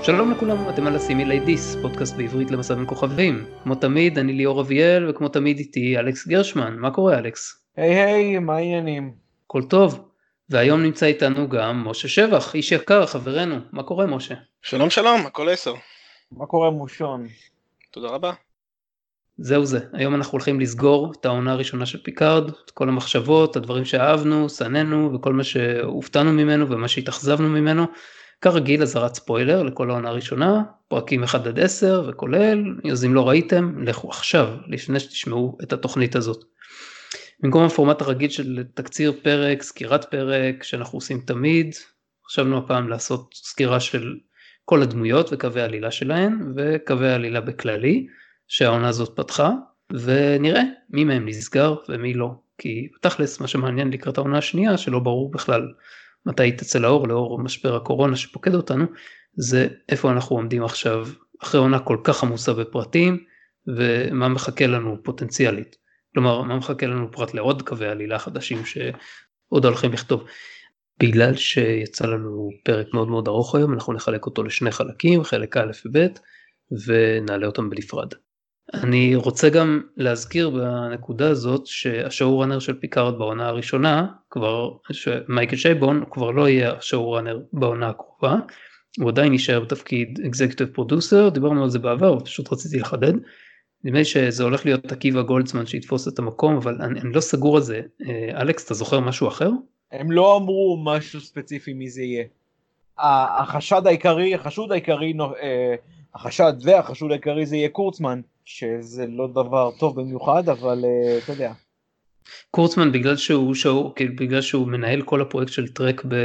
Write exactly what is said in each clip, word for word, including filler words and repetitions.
שלום לכולם, אתם על הסימילי דיס, פודקאסט בעברית למסע בין כוכבים. כמו תמיד, אני ליאור אביאל, וכמו תמיד איתי אלכס גרשמן. מה קורה, אלכס? היי היי, מה העניינים? הכל טוב. והיום נמצא איתנו גם משה שבח, איש יקר, חברנו. מה קורה, משה? שלום שלום, הכל עשר. מה קורה מושון? תודה רבה. זהו זה, היום אנחנו הולכים לסגור את העונה הראשונה של פיקארד, את כל המחשבות, הדברים שאהבנו, שנאנו, וכל מה שהופתענו ממנו ומה שהתאכזבנו ממנו. כרגיל אזהרת ספוילר לכל העונה הראשונה, פרקים אחד עד עשר וכולל, אז אם לא ראיתם, לכו עכשיו, לפני שתשמעו את התוכנית הזאת. במקום הפורמט הרגיל של תקציר פרק, סקירת פרק, שאנחנו עושים תמיד, חשבנו הפעם לעשות סקירה של כל הדמויות וקווי העלילה שלהן, וקווי העלילה בכללי, שהעונה הזאת פתחה, ונראה מי מהם נסגר ומי לא, כי בתכלס מה שמעניין לקראת העונה השנייה, שלא ברור בכלל מתי היא תצא לאור, לאור משבר הקורונה שפוקד אותנו, זה איפה אנחנו עומדים עכשיו, אחרי עונה כל כך עמוסה בפרטים, ומה מחכה לנו פוטנציאלית. כלומר, מה מחכה לנו פרט לעוד קווי עלילה חדשים שעוד הולכים לכתוב. בגלל שיצא לנו פרק מאוד מאוד ארוך היום, אנחנו נחלק אותו לשני חלקים, חלק א' וב', ונעלה אותם בנפרד. אני רוצה גם להזכיר בנקודה הזאת שהשואו-ראנר של פיקארד בעונה הראשונה, כבר, מייקל שייבון, הוא כבר לא יהיה השואו-ראנר בעונה הקרובה, הוא עדיין יישאר בתפקיד אקזקטיב פרודוסר, דיברנו על זה בעבר, פשוט רציתי לחדד, נדמה לי שזה הולך להיות עקיבא גולדסמן שיתפוס את המקום, אבל אני, אני לא סגור על זה. אלכס, אתה זוכר משהו אחר? הם לא אמרו משהו ספציפי מי זה יהיה. החשד העיקרי, החשוד העיקרי, החשד והחשוד העיקרי זה יהיה קורצמן, שזה לא דבר טוב במיוחד, אבל אתה יודע. קורצמן בגלל שהוא, שהוא, בגלל שהוא מנהל כל הפרויקט של טרק ב...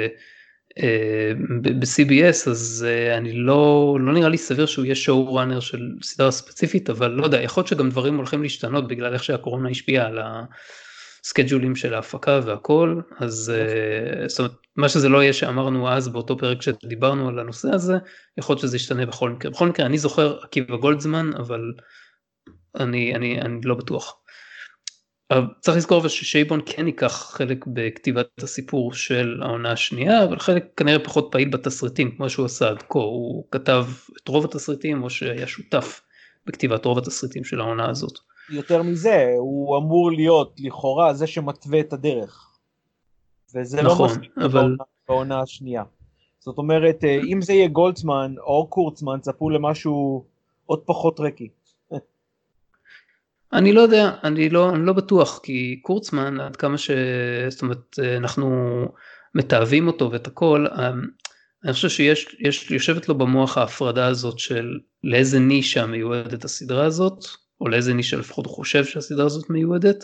ב-סי בי אס, אז אני לא, לא נראה לי סביר שהוא יהיה שואו ראנר של סדרה ספציפית, אבל לא יודע, יכול להיות שגם דברים הולכים להשתנות בגלל איך שהקורונה השפיעה על הסקייג'ולים של ההפקה והכל, אז זאת אומרת, מה שזה לא יהיה שאמרנו אז באותו פרק שדיברנו על הנושא הזה, יכול להיות שזה ישתנה בכל מקרה. בכל מקרה, אני זוכר עקיבא גולדסמן, אבל אני, אני, אני לא בטוח. צריך לזכור ששייבון כן ייקח חלק בכתיבת הסיפור של העונה השנייה, אבל חלק כנראה פחות פעיל בתסריטים, כמו שהוא עשה עד כה, הוא כתב את רוב התסריטים, או שהיה שותף בכתיבת רוב התסריטים של העונה הזאת. יותר מזה, הוא אמור להיות לכאורה זה שמתווה את הדרך, וזה נכון, לא מספיק אבל... בעונה, בעונה השנייה. זאת אומרת, אם זה יהיה גולדסמן או קורצמן, צפו למשהו עוד פחות רקי. אני לא יודע, אני לא, אני לא בטוח, כי קורצמן, עד כמה ש... זאת אומרת, אנחנו מתאהבים אותו ואת הכל, אני חושב שיש, יש, יושבת לו במוח ההפרדה הזאת של לאיזה נישה מיועדת הסדרה הזאת, או לאיזה נישה לפחות הוא חושב שהסדרה הזאת מיועדת,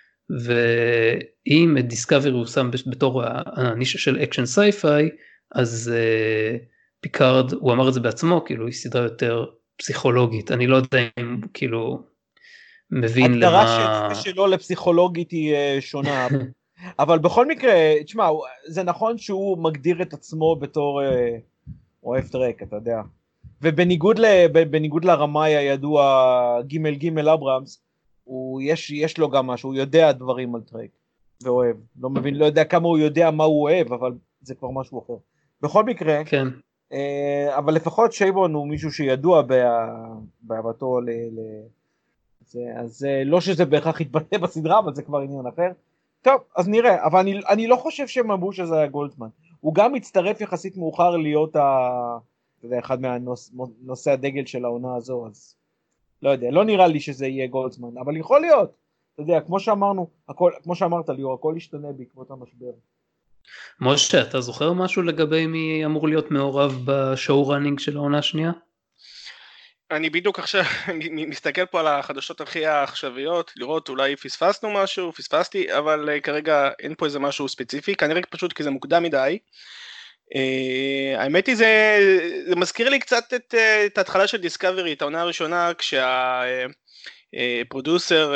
ואם את דיסקאברי הוא שם בתור הנישה של אקשן סייפיי, אז פיקארד, הוא אמר את זה בעצמו, כאילו היא סדרה יותר פסיכולוגית, אני לא יודע אם כאילו... מבין למה... הגדרה שלו לפסיכולוגית היא שונה, אבל בכל מקרה, תשמע, זה נכון שהוא מגדיר את עצמו בתור אוהב טרק, אתה יודע, ובניגוד ל, בניגוד לרמאי הידוע גימל גימל אברהמס, הוא יש, יש לו גם משהו, הוא יודע דברים על טרק, ואוהב, לא מבין, לא יודע כמה הוא יודע מה הוא אוהב, אבל זה כבר משהו אחר. בכל מקרה, כן. אבל לפחות שייבון הוא מישהו שידוע באהבתו ל... זה, אז לא שזה בהכרח יתבטא בסדרה, אבל זה כבר עניין אחר. טוב, אז נראה, אבל אני, אני לא חושב שהם אמרו שזה היה גולדסמן. הוא גם מצטרף יחסית מאוחר להיות ה... זה אחד מהנושא הדגל של העונה הזו, אז לא יודע, לא נראה לי שזה יהיה גולדסמן, אבל יכול להיות. אתה יודע, כמו שאמרנו, הכל, כמו שאמרת ליאור, הכל ישתנה בעקבות המשבר. משה, אתה זוכר משהו לגבי מי אמור להיות מעורב בשואו ראנינג של העונה השנייה? אני בדיוק עכשיו מסתכל פה על החדשות הכי העכשוויות, לראות אולי פספסנו משהו, פספסתי, אבל כרגע אין פה איזה משהו ספציפי, כנראה פשוט כי זה מוקדם מדי. האמת היא זה, זה מזכיר לי קצת את, את ההתחלה של דיסקאברי, את העונה הראשונה, כשהפרודוסר,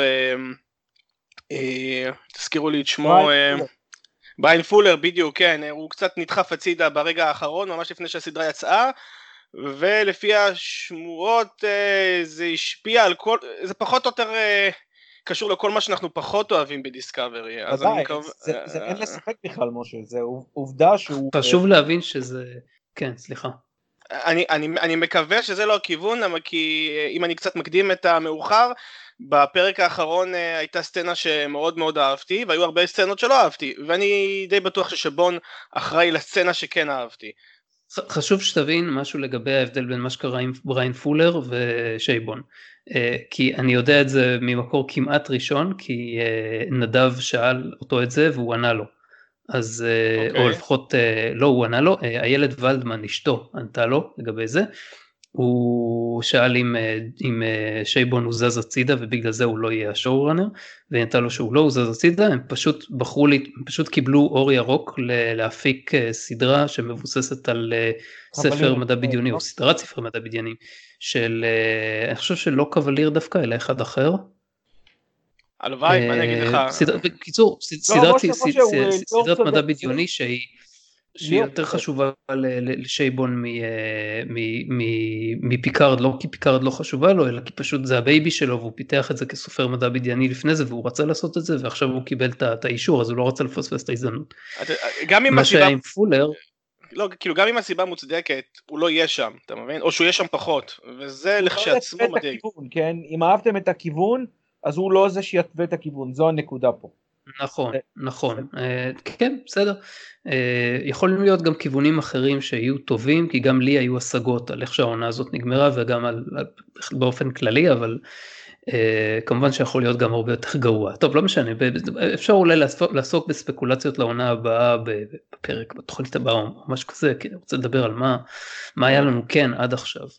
תזכירו לי את שמו, בריין פולר, בדיוק, כן, הוא קצת נדחף הצידה ברגע האחרון, ממש לפני שהסדרה יצאה, ולפי השמועות זה השפיע על כל, זה פחות או יותר קשור לכל מה שאנחנו פחות אוהבים בדיסקאברי. ודאי, זה אין לספק בכלל משה, זה עובדה שהוא... חשוב להבין שזה, כן סליחה. אני, אני, אני מקווה שזה לא הכיוון, כי אם אני קצת מקדים את המאוחר, בפרק האחרון הייתה סצנה שמאוד מאוד אהבתי, והיו הרבה סצנות שלא אהבתי, ואני די בטוח ששבון אחראי לסצנה שכן אהבתי. חשוב שתבין משהו לגבי ההבדל בין מה שקרה עם בריין פולר ושייבון, כי אני יודע את זה ממקור כמעט ראשון, כי נדב שאל אותו את זה והוא ענה לו, אז okay. או לפחות לא הוא ענה לו, הילד ולדמן אשתו ענתה לו לגבי זה, הוא שאל אם, אם שייבון הוא זז הצידה ובגלל זה הוא לא יהיה השואו-ראנר, וענתה לו שהוא לא הוא זז הצידה, הם פשוט בחרו לי, הם פשוט קיבלו אור ירוק להפיק סדרה שמבוססת על ספר מדע בדיוני, או סדרת ספר מדע בדיוני, של, אני חושב שלא קבליר דווקא, אלא אחד אחר. הלוואי, מה אני אגיד לך? בקיצור, סדרת מדע בדיוני שהיא, שהיא יותר חשובה לשייבון מפיקארד, לא כי פיקארד לא חשובה לו, אלא כי פשוט זה הבייבי שלו, והוא פיתח את זה כסופר מדע בדיוני לפני זה, והוא רצה לעשות את זה, ועכשיו הוא קיבל את האישור, אז הוא לא רצה לפספס את ההזדמנות. מה שהיה עם פולר, לא, כאילו גם אם הסיבה מוצדקת, הוא לא יהיה שם, אתה מבין? או שהוא יהיה שם פחות, וזה לכשעצמו מדהים. כן, אם אהבתם את הכיוון, אז הוא לא זה שיתווה את הכיוון, זו הנקודה פה. נכון, נכון, כן, בסדר. יכולים להיות גם כיוונים אחרים שיהיו טובים, כי גם לי היו השגות על איך שהעונה הזאת נגמרה, וגם על, באופן כללי, אבל כמובן שיכול להיות גם הרבה יותר גרוע. טוב, לא משנה, אפשר אולי לעסוק בספקולציות לעונה הבאה, בפרק, בתוכנית הבאה, או משהו כזה, כי אני רוצה לדבר על מה, מה היה לנו כן עד עכשיו.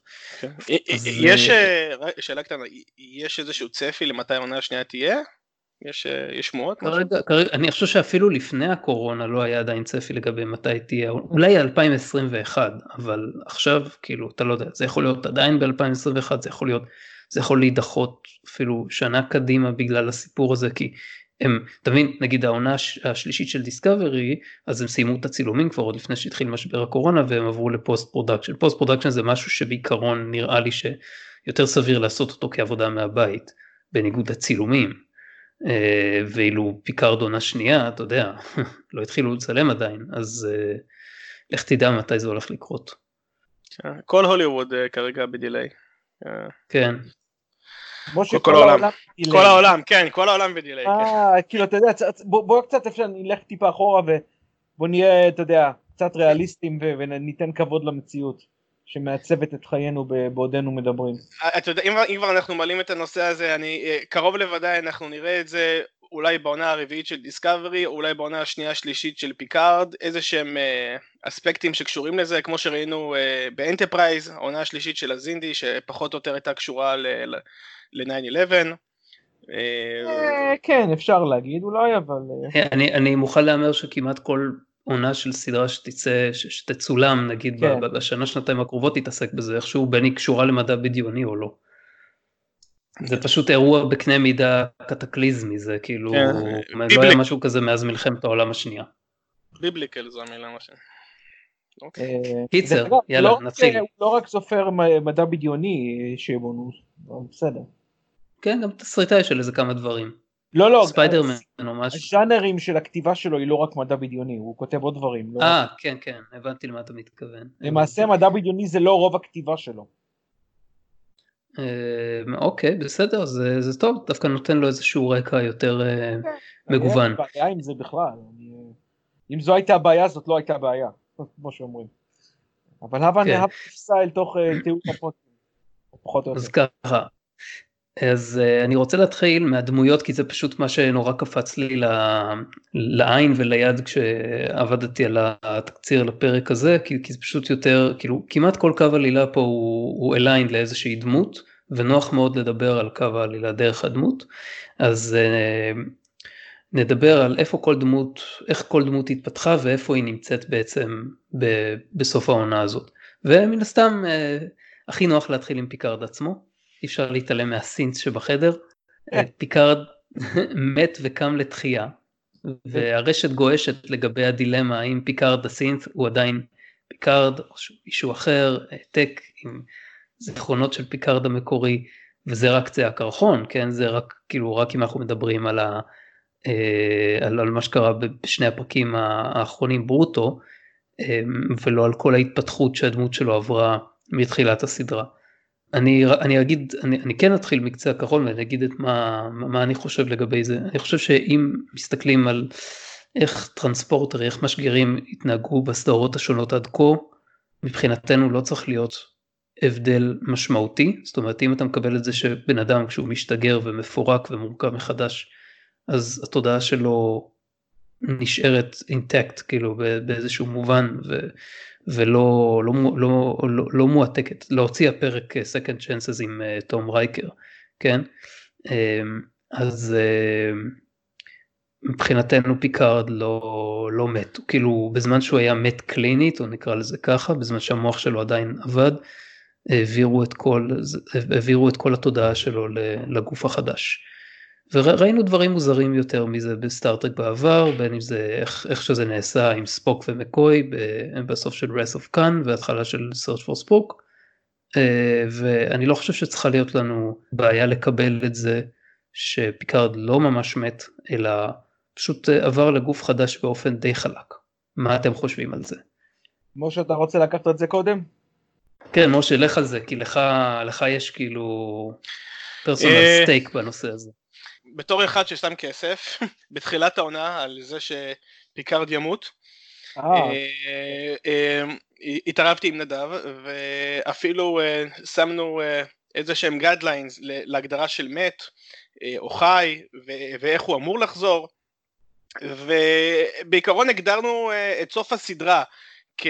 יש, שאלה קטנה, יש איזשהו צפי למתי העונה השנייה תהיה? יש, יש שמועות? כרגע, כרגע, אני חושב שאפילו לפני הקורונה לא היה עדיין צפי לגבי מתי תהיה, אולי אלפיים עשרים ואחת, אבל עכשיו, כאילו, אתה לא יודע, זה יכול להיות עדיין ב-אלפיים עשרים ואחת, זה יכול להיות, זה יכול להידחות אפילו שנה קדימה בגלל הסיפור הזה, כי הם, תבין, נגיד העונה השלישית של דיסקאברי, אז הם סיימו את הצילומים כבר עוד לפני שהתחיל משבר הקורונה, והם עברו לפוסט פרודקשן. פוסט פרודקשן זה משהו שבעיקרון נראה לי שיותר סביר לעשות אותו כעבודה מהבית, בניגוד לצילומים. ואילו פיקארד עונה שנייה, אתה יודע, לא התחילו לצלם עדיין, אז לך תדע מתי זה הולך לקרות. כל הוליווד כרגע בדיליי. כן. כל העולם, כל העולם, כן, כל העולם בדיליי. אה, כאילו, אתה יודע, בוא קצת אפשר נלך טיפה אחורה, ובוא נהיה, אתה יודע, קצת ריאליסטים, וניתן כבוד למציאות. שמעצבת את חיינו בעודנו מדברים. אתה יודע, אם כבר אנחנו מעלים את הנושא הזה, אני קרוב לוודאי אנחנו נראה את זה אולי בעונה הרביעית של דיסקאברי, או אולי בעונה השנייה השלישית של פיקארד, איזה שהם אספקטים שקשורים לזה, כמו שראינו באנטרפרייז, העונה השלישית של הזינדי, שפחות או יותר הייתה קשורה ל-ניין אלבן. כן, אפשר להגיד, אולי, אבל... אני מוכן לאמר שכמעט כל... עונה של סדרה שתצא, שתצולם, נגיד, כן. בשנה שנתיים הקרובות תתעסק בזה, איכשהו בין היא קשורה למדע בדיוני או לא. זה פשוט אירוע בקנה מידה קטקליזמי, זה כאילו, כן. לא היה משהו כזה מאז מלחמת העולם השנייה. ביבליקל זו המילה מה ש... קיצר, יאללה, נתחיל. הוא לא רק סופר מדע בדיוני שבונוס, בסדר. כן, גם תסריטאי של איזה כמה דברים. לא, לא, ספיידרמן או משהו. הז'אנרים של הכתיבה שלו היא לא רק מדע בדיוני, הוא כותב עוד דברים. אה, כן, כן, הבנתי למה אתה מתכוון. למעשה מדע בדיוני זה לא רוב הכתיבה שלו. אוקיי, בסדר, זה טוב, דווקא נותן לו איזשהו רקע יותר מגוון. אין בעיה עם זה בכלל, אם זו הייתה הבעיה, זאת לא הייתה בעיה, כמו שאומרים. אבל הבה נהב תפסה אל תוך תיאור הפודקאסט, פחות או יותר. אז ככה. אז uh, אני רוצה להתחיל מהדמויות, כי זה פשוט מה שנורא קפץ לי לעין וליד כשעבדתי על התקציר לפרק הזה, כי, כי זה פשוט יותר, כאילו, כמעט כל קו עלילה פה הוא, הוא אליין לאיזושהי דמות, ונוח מאוד לדבר על קו העלילה דרך הדמות, אז uh, נדבר על איפה כל דמות, איך כל דמות התפתחה, ואיפה היא נמצאת בעצם ב, בסוף העונה הזאת. ומן הסתם, uh, הכי נוח להתחיל עם פיקארד עצמו, אי אפשר להתעלם מהסינס שבחדר, פיקארד מת וקם לתחייה, והרשת גועשת לגבי הדילמה, האם פיקארד הסינס הוא עדיין פיקארד, או מישהו אחר, העתק עם זיכרונות של פיקארד המקורי, וזה רק קצה הקרחון, כן, זה רק, כאילו, רק אם אנחנו מדברים על, ה, על, על מה שקרה בשני הפרקים האחרונים ברוטו, ולא על כל ההתפתחות שהדמות שלו עברה מתחילת הסדרה. אני, אני אגיד, אני, אני כן אתחיל מקצה הקרחון ואני אגיד את מה, מה אני חושב לגבי זה. אני חושב שאם מסתכלים על איך טרנספורטר, איך משגרים התנהגו בסדרות השונות עד כה, מבחינתנו לא צריך להיות הבדל משמעותי. זאת אומרת, אם אתה מקבל את זה שבן אדם כשהוא משתגר ומפורק ומורכב מחדש, אז התודעה שלו נשארת אינטקט, כאילו באיזשהו מובן, ו, ולא לא, לא, לא, לא מועתקת. להוציא הפרק Second Chances עם תום רייקר, כן? אז מבחינתנו פיקארד לא, לא מת, הוא כאילו בזמן שהוא היה מת קלינית, או נקרא לזה ככה, בזמן שהמוח שלו עדיין עבד, העבירו את כל, העבירו את כל התודעה שלו לגוף החדש. וראינו דברים מוזרים יותר מזה בסטארטרק בעבר, בין אם זה איך, איך שזה נעשה עם ספוק ומקוי בסוף של Wrath of Khan והתחלה של Search for Spock, ואני לא חושב שצריכה להיות לנו בעיה לקבל את זה שפיקארד לא ממש מת, אלא פשוט עבר לגוף חדש באופן די חלק. מה אתם חושבים על זה? משה, אתה רוצה לקחת את זה קודם? כן, משה, לך על זה, כי לך, לך יש כאילו פרסונל סטייק בנושא הזה. בתור אחד ששם כסף, בתחילת העונה על זה שפיקארד ימות, התערבתי עם נדב, ואפילו שמנו איזה שהם גיידליינס להגדרה של מת, או חי, ואיך הוא אמור לחזור, ובעיקרון הגדרנו את סוף הסדרה כ...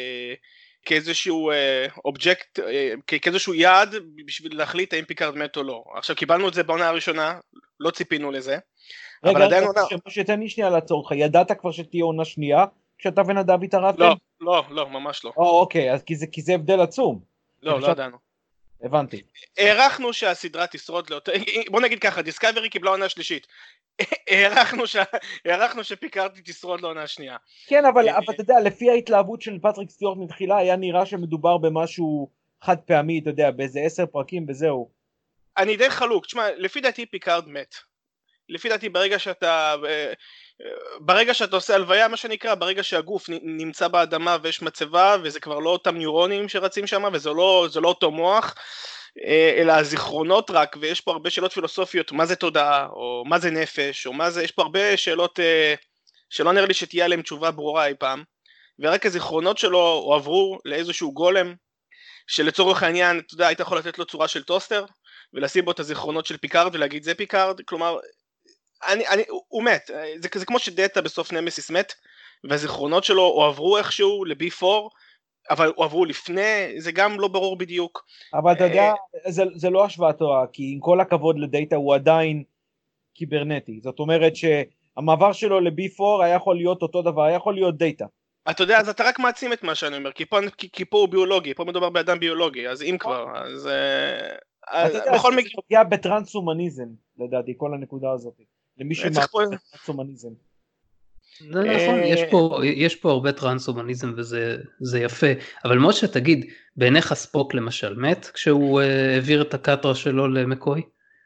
כאיזשהו אובייקט, כאיזשהו יעד בשביל להחליט האם פיקארד מת או לא. עכשיו קיבלנו את זה בעונה הראשונה, לא ציפינו לזה. רגע, רגע, שתן לי שנייה לעצור אותך, ידעת כבר שתהיה עונה שנייה כשאתה ונדב התערבתם? לא, לא, לא, ממש לא. או, אוקיי, אז כי זה, כי זה הבדל עצום. לא, לא ידענו. הבנתי. הערכנו שהסדרה תשרוד לאותו, בוא נגיד ככה, דיסקאברי קיבלה עונה שלישית. הערכנו ש... הערכנו שפיקארד תשרוד לעונה השנייה. כן, אבל, אבל אתה יודע, לפי ההתלהבות של פטריק סטיוארט מתחילה, היה נראה שמדובר במשהו חד פעמי, אתה יודע, באיזה עשר פרקים וזהו. אני די חלוק, תשמע, לפי דעתי פיקארד מת. לפי דעתי ברגע שאתה, ברגע שאתה עושה הלוויה, מה שנקרא, ברגע שהגוף נמצא באדמה ויש מצבה, וזה כבר לא אותם ניורונים שרצים שם, וזה לא, זה לא אותו מוח, אלא הזיכרונות רק, ויש פה הרבה שאלות פילוסופיות, מה זה תודעה, או מה זה נפש, או מה זה, יש פה הרבה שאלות שלא נראה לי שתהיה עליהן תשובה ברורה אי פעם, ורק הזיכרונות שלו הועברו לאיזשהו גולם, שלצורך העניין, אתה יודע, היית יכול לתת לו צורה של טוסטר, ולשים בו את הזיכרונות של פיקארד, ולהגיד זה פיקארד, כלומר, אני, אני, הוא מת, זה, זה כמו שדאטה בסוף נמסיס מת, והזיכרונות שלו הועברו איכשהו ל-בי פור, אבל הועברו לפני, זה גם לא ברור בדיוק. אבל אתה יודע, זה, זה לא השוואתו, כי עם כל הכבוד לדאטה הוא עדיין קיברנטי, זאת אומרת שהמעבר שלו ל-בי פור היה יכול להיות אותו דבר, היה יכול להיות דאטה. אתה יודע, אז אתה רק מעצים את מה שאני אומר, כי פה, כי, כי פה הוא ביולוגי, פה מדובר באדם ביולוגי, אז אם כבר, אז... אתה יודע, זה פוגע בטרנס-הומניזם, לדעתי, כל הנקודה הזאת. למי שמעט טרנס-הומניזם. זה נכון, יש פה הרבה טרנס-הומניזם וזה יפה, אבל משה, תגיד, בעיניך ספוק למשל מת, כשהוא העביר את הקטרה שלו למקוי?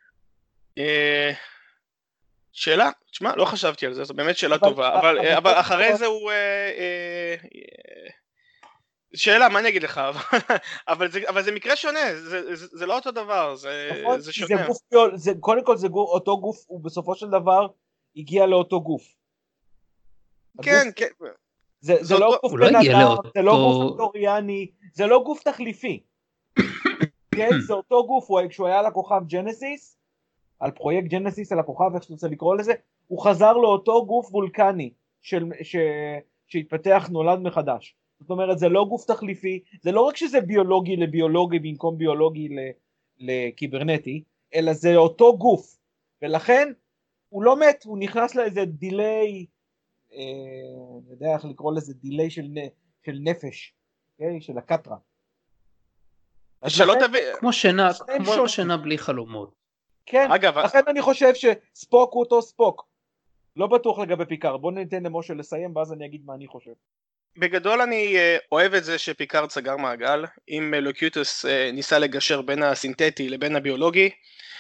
שאלה, תשמע, לא חשבתי על זה, זו באמת שאלה טובה, אבל אחרי זה הוא... שאלה, מה אני אגיד לך, אבל זה, אבל זה מקרה שונה, זה, זה, זה לא אותו דבר, זה, נכון, זה שונה. זה גוף, זה, קודם כל זה גוף, אותו גוף, הוא בסופו של דבר הגיע לאותו גוף. כן, הגוף, כן. זה, זה לא אותו, גוף בן אדם, לא זה לא גוף אקטוריאני, זה לא גוף תחליפי. כן, זה אותו גוף, הוא, כשהוא היה לכוכב ג'נסיס, על פרויקט ג'נסיס על הכוכב, איך שאתה רוצה לקרוא לזה, הוא חזר לאותו גוף וולקני, של, ש, שהתפתח נולד מחדש. זאת אומרת, זה לא גוף תחליפי, זה לא רק שזה ביולוגי לביולוגי במקום ביולוגי לקיברנטי, אלא זה אותו גוף, ולכן הוא לא מת, הוא נכנס לאיזה דילי, אה, אני יודע איך לקרוא לזה, דילי של, של נפש, okay? של הקטרה. שלא תביא... כמו שינה, כמו שינה בלי חלומות. כן, אגב, לכן אני חושב שספוק הוא אותו ספוק. לא בטוח לגבי פיקארד, בוא ניתן למשה לסיים, ואז אני אגיד מה אני חושב. בגדול אני אוהב את זה שפיקארד סגר מעגל, אם לוקיוטוס ניסה לגשר בין הסינתטי לבין הביולוגי,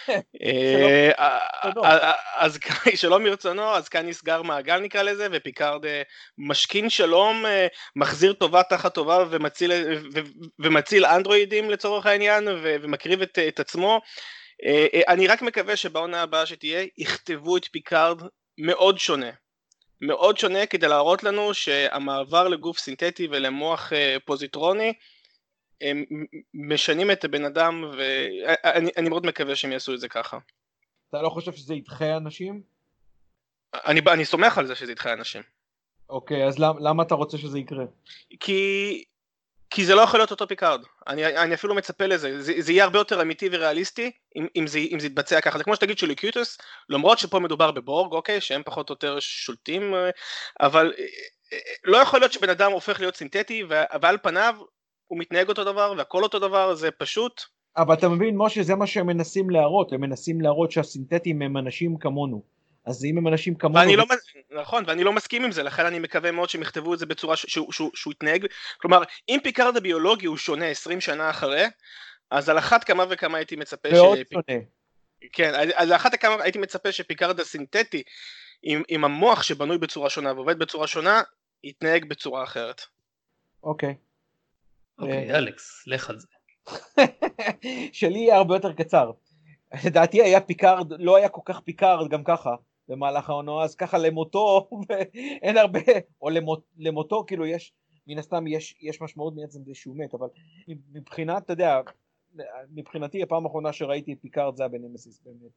אז שלא מרצונו, אז כאן נסגר מעגל נקרא לזה, ופיקארד משכין שלום, מחזיר טובה תחת טובה ומציל, ומציל אנדרואידים לצורך העניין, ומקריב את, את עצמו. אני רק מקווה שבעונה הבאה שתהיה, יכתבו את פיקארד מאוד שונה. מאוד שונה כדי להראות לנו שהמעבר לגוף סינתטי ולמוח פוזיטרוני הם משנים את הבן אדם, ואני אני מאוד מקווה שהם יעשו את זה ככה. אתה לא חושב שזה ידחה אנשים? אני, אני סומך על זה שזה ידחה אנשים. אוקיי, אז למה, למה אתה רוצה שזה יקרה? כי, כי זה לא יכול להיות אותו פיקארד. אני, אני אפילו מצפה לזה. זה, זה יהיה הרבה יותר אמיתי וריאליסטי אם, אם, זה, אם זה יתבצע ככה. זה כמו שתגיד של לוקיוטוס, למרות שפה מדובר בבורג, אוקיי, שהם פחות או יותר שולטים, אבל לא יכול להיות שבן אדם הופך להיות סינתטי, ועל פניו הוא מתנהג אותו דבר, והכל אותו דבר, זה פשוט. אבל אתה מבין, משה, זה מה שהם מנסים להראות, הם מנסים להראות שהסינתטים הם אנשים כמונו. אז אם הם אנשים כמונו... ואני לא, נכון, ואני לא מסכים עם זה, לכן אני מקווה מאוד שהם יכתבו את זה בצורה שהוא, שהוא, שהוא יתנהג. כלומר, אם פיקארד הביולוגי הוא שונה עשרים שנה אחרי, אז על אחת כמה וכמה הייתי מצפה מאוד ש... שונה. כן, אז על אחת כמה הייתי מצפה שפיקארד הסינתטי, עם, עם המוח שבנוי בצורה שונה ועובד בצורה שונה, יתנהג בצורה אחרת. אוקיי. אוקיי, אלכס, לך על זה. שלי יהיה הרבה יותר קצר. לדעתי היה פיקארד, לא היה כל כך פיקארד גם ככה, במהלך העונה, אז ככה למותו, ואין הרבה, או למות, למותו, כאילו יש, מן הסתם יש, יש משמעות מעצם זה שהוא מת, אבל מבחינת, אתה יודע, מבחינתי הפעם האחרונה שראיתי את פיקארד זה היה בנמסיס, באמת.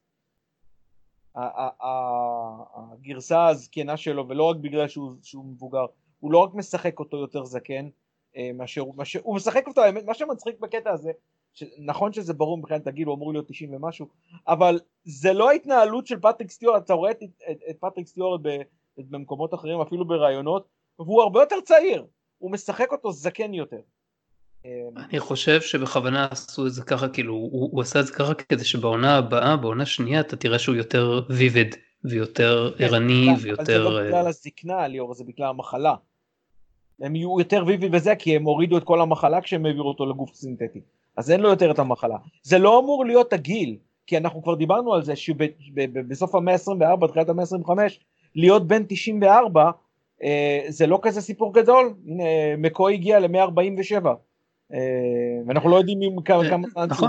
הגרסה הזקנה שלו, ולא רק בגלל שהוא, שהוא מבוגר, הוא לא רק משחק אותו יותר זקן, מאשר, מאשר, הוא משחק אותו, מה שמצחיק בקטע הזה, נכון שזה ברור מבחינת הגיל, הוא אמור להיות תשעים ומשהו, אבל זה לא ההתנהלות של פטריק סטיוארט, אתה רואה את, את, את פטריק סטיוארט במקומות אחרים, אפילו ברעיונות, והוא הרבה יותר צעיר, הוא משחק אותו זקן יותר. אני חושב שבכוונה עשו את זה ככה, כאילו, הוא, הוא עשה את זה ככה כדי שבעונה הבאה, בעונה שנייה, אתה תראה שהוא יותר ויבד, ויותר ערני, ויותר... אבל זה לא בגלל הזקנה, ליאור, זה בגלל המחלה. הם יהיו יותר ויבד בזה, כי הם הורידו את כל המחלה כשהם העבירו אותו לגוף סינתטי. אז אין לו יותר את המחלה. זה לא אמור להיות הגיל, כי אנחנו כבר דיברנו על זה, שבסוף המאה ה-עשרים וארבע, תחילת המאה ה-עשרים וחמש, להיות בן תשעים וארבע, זה לא כזה סיפור גדול. הנה, מקוי הגיע ל-מאה ארבעים ושבע. ואנחנו לא יודעים כמה זמן שהוא...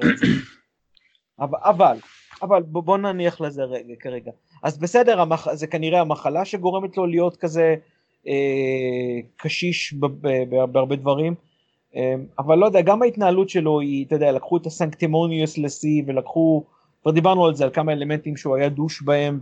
אבל, אבל בוא נניח לזה רגע, כרגע. אז בסדר, זה כנראה המחלה שגורמת לו להיות כזה קשיש בהרבה דברים, אבל לא יודע, גם ההתנהלות שלו היא, אתה יודע, לקחו את הסנקטימוניוס לסי, ולקחו, כבר דיברנו על זה, על כמה אלמנטים שהוא היה דוש בהם,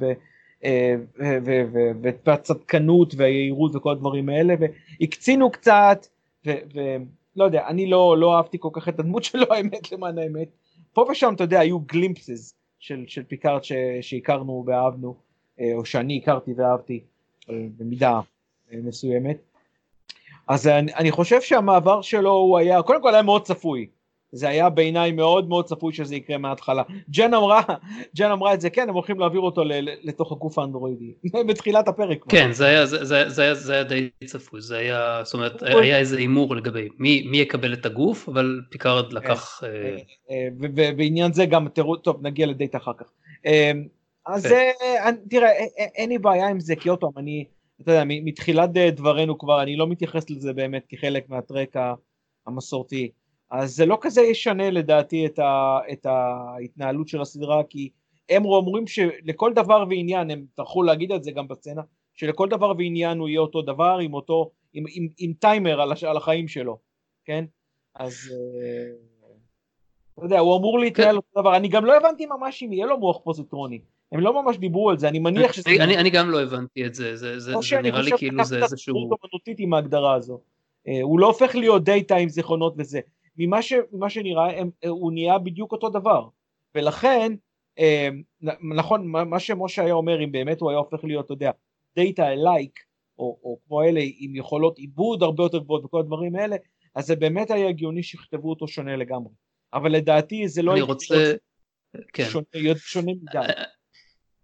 והצדקנות והיעירות וכל הדברים האלה, והקצינו קצת, ולא יודע, אני לא אהבתי כל כך את הדמות שלו, האמת למען האמת. פה ושם, אתה יודע, היו גלימפסס של פיקארד שהכרנו ואהבנו, או שאני הכרתי ואהבתי, במידה מסוימת. אז אני, אני חושב שהמעבר שלו הוא היה, קודם כל היה מאוד צפוי, זה היה בעיניי מאוד מאוד צפוי שזה יקרה מההתחלה. ג'ן אמרה, ג'ן אמרה את זה, כן, הם הולכים להעביר אותו ל, לתוך הגוף האנדרואידי, בתחילת הפרק. כן, זה היה, זה, זה, זה היה, זה היה די צפוי, זה היה, זאת אומרת, היה איזה אימור לגבי מי, מי יקבל את הגוף, אבל פיקארד לקח... ובעניין זה גם, תראו, טוב, נגיע לדייט אחר כך. אז תראה, אין לי בעיה עם זה, כי עוד פעם, אני... אתה יודע, מתחילת דברנו כבר, אני לא מתייחס לזה באמת כחלק מהטרק המסורתי, אז זה לא כזה ישנה לדעתי את, ה, את ההתנהלות של הסדרה, כי הם אומרים שלכל דבר ועניין, הם תרחו להגיד את זה גם בסצנה, שלכל דבר ועניין הוא יהיה אותו דבר, עם אותו, עם, עם, עם טיימר על, על החיים שלו, כן? אז, אתה יודע, הוא אמור להתנהל אותו דבר, אני גם לא הבנתי ממש אם יהיה לו מוח פוזיטרוני, הם לא ממש דיברו על זה, אני מניח שזה... אני, אני גם לא הבנתי את זה, זה, זה, זה נראה לי כאילו זה איזשהו... אני חושב לקחת אומנותית עם ההגדרה הזו, הוא לא הופך להיות דאטה עם זיכרונות וזה, ממה, ש, ממה שנראה, הם, הוא נהיה בדיוק אותו דבר, ולכן, נכון, מה שמשה היה אומר, אם באמת הוא היה הופך להיות, אתה יודע, דאטה אלייק, או, או כמו אלה, עם יכולות עיבוד הרבה יותר גבוהות וכל הדברים האלה, אז זה באמת היה הגיוני שכתבו אותו שונה לגמרי, אבל לדעתי זה לא... אני רוצה... שונה, שונה מדי.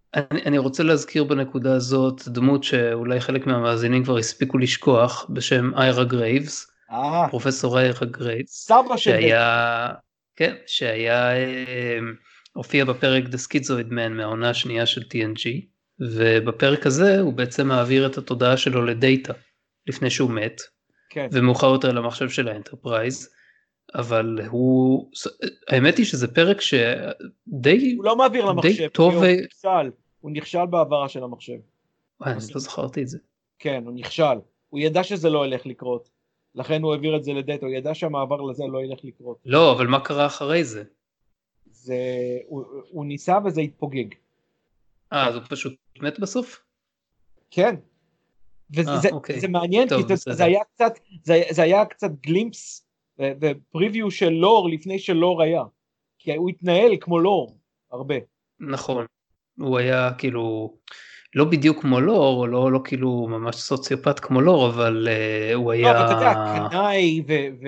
אני, אני רוצה להזכיר בנקודה הזאת דמות שאולי חלק מהמאזינים כבר הספיקו לשכוח, בשם איירה גרייבס, אה, פרופסור איירה גרייבס, סבא של דק. שהיה, כן, שהיה, אה, הופיע בפרק The Schizoid Man מהעונה השנייה של טי אן ג'י, ובפרק הזה הוא בעצם מעביר את התודעה שלו לדאטה, לפני שהוא מת, כן. ומאוחר יותר למחשב של האנטרפרייז, אבל הוא, האמת היא שזה פרק שדי, הוא לא מעביר למחשב, טוב, הוא נכשל, הוא נכשל בעברה של המחשב. אני לא זכרתי את זה. כן, הוא נכשל, הוא ידע שזה לא ילך לקרות, לכן הוא העביר את זה לדאטה, הוא ידע שהמעבר לזה לא ילך לקרות. לא, אבל מה קרה אחרי זה? זה, הוא, הוא ניסה וזה התפוגג. אה, אז הוא פשוט מת בסוף? כן. וזה אה, זה, אוקיי. זה מעניין, טוב, כי זה, זה היה קצת, זה, זה היה קצת גלימפס ופריוויו של לור לפני שלור היה, כי הוא התנהל כמו לור, הרבה. נכון, הוא היה כאילו, לא בדיוק כמו לור, לא, לא כאילו ממש סוציופט כמו לור, אבל uh, הוא היה... לא, אבל אתה יודע, קנאי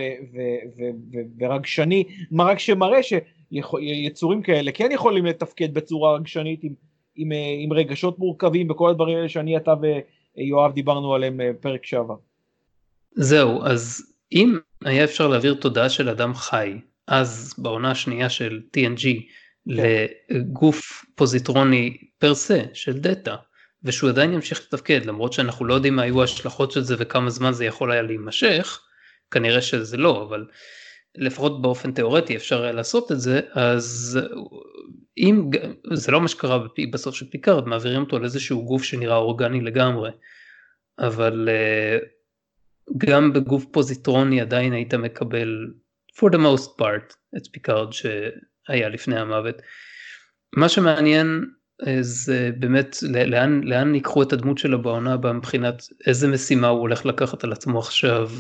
ורגשני, מה רק שמראה שיצורים כאלה כן יכולים לתפקד בצורה רגשנית עם, עם, עם רגשות מורכבים, וכל הדברים האלה שאני, אתה ויואב דיברנו עליהם פרק שעבר. זהו, אז אם היה אפשר להעביר תודעה של אדם חי, אז בעונה השנייה של טי אן ג'י, כן. לגוף פוזיטרוני פרסה של דאטה, ושהוא עדיין ימשיך לתפקד, למרות שאנחנו לא יודעים מה היו ההשלכות של זה וכמה זמן זה יכול היה להימשך, כנראה שזה לא, אבל לפחות באופן תיאורטי אפשר היה לעשות את זה, אז אם, זה לא מה שקרה בסוף של פיקארד, מעבירים אותו לאיזשהו גוף שנראה אורגני לגמרי, אבל גם בגוף פוזיטרוני עדיין היית מקבל, for the most part, את פיקארד שהיה לפני המוות. מה שמעניין זה באמת לאן, לאן ייקחו את הדמות שלו בעונה הבאה מבחינת איזה משימה הוא הולך לקחת על עצמו עכשיו,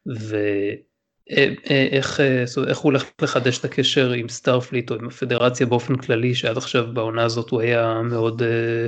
ואיך איך הוא הולך לחדש את הקשר עם סטארפליט או עם הפדרציה באופן כללי, שעד עכשיו בעונה הזאת הוא היה מאוד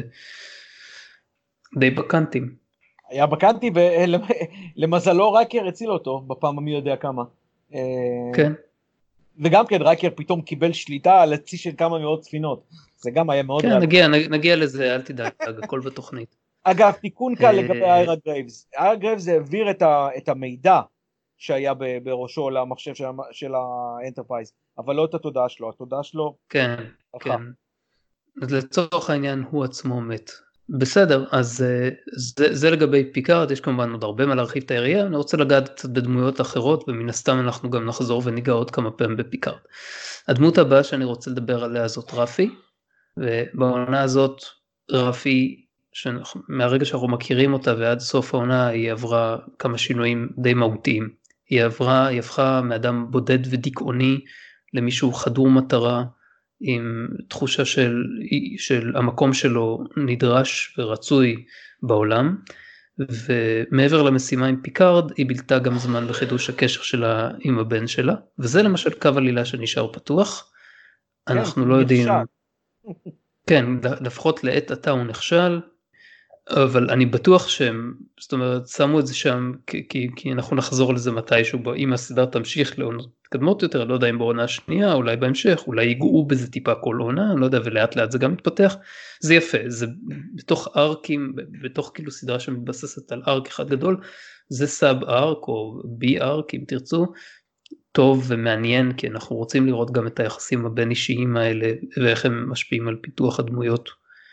די בקנטים. היה בקנטי, ולמזלו רייקר הציל אותו בפעם המי יודע כמה. כן. וגם כן רייקר פתאום קיבל שליטה על הצי של כמה מאות ספינות. זה גם היה מאוד... כן, נגיע, נגיע לזה, אל תדאג, הכל בתוכנית. אגב, תיקון כאן לגבי איירה גרייבס. איירה גרייבס העביר את המידע שהיה בראשו למחשב של האנטרפרייז, אבל לא את התודעה שלו. התודעה שלו... כן, כן. אז לצורך העניין הוא עצמו מת. בסדר, אז זה, זה לגבי פיקארד, יש כמובן עוד הרבה מה להרחיב את העירייה, אני רוצה לגעת קצת בדמויות אחרות, ומן הסתם אנחנו גם נחזור וניגע עוד כמה פעמים בפיקארד. הדמות הבאה שאני רוצה לדבר עליה זאת רפי, ובעונה הזאת רפי, מהרגע שאנחנו מכירים אותה ועד סוף העונה, היא עברה כמה שינויים די מהותיים. היא עברה, היא הפכה מאדם בודד ודיכאוני, למישהו חדור מטרה, עם תחושה של, של המקום שלו נדרש ורצוי בעולם, ומעבר למשימה עם פיקארד, היא בילתה גם זמן בחידוש הקשר שלה עם הבן שלה, וזה למשל קו עלילה שנשאר פתוח, אנחנו לא יודעים, כן, לפחות לעת עתה הוא נכשל, אבל אני בטוח שהם, זאת אומרת, שמו את זה שם, כי, כי, כי אנחנו נחזור לזה מתישהו, אם הסדרה תמשיך לעונות קדמות יותר, לא יודע אם בעונה השנייה, אולי בהמשך, אולי ייגעו בזה טיפה כל עונה, אני לא יודע, ולאט לאט זה גם מתפתח, זה יפה, זה בתוך ארקים, בתוך כאילו סדרה שמתבססת על ארק אחד גדול, זה סאב ארק או בי ארק אם תרצו, טוב ומעניין, כי אנחנו רוצים לראות גם את היחסים הבין אישיים האלה, ואיך הם משפיעים על פיתוח הדמויות.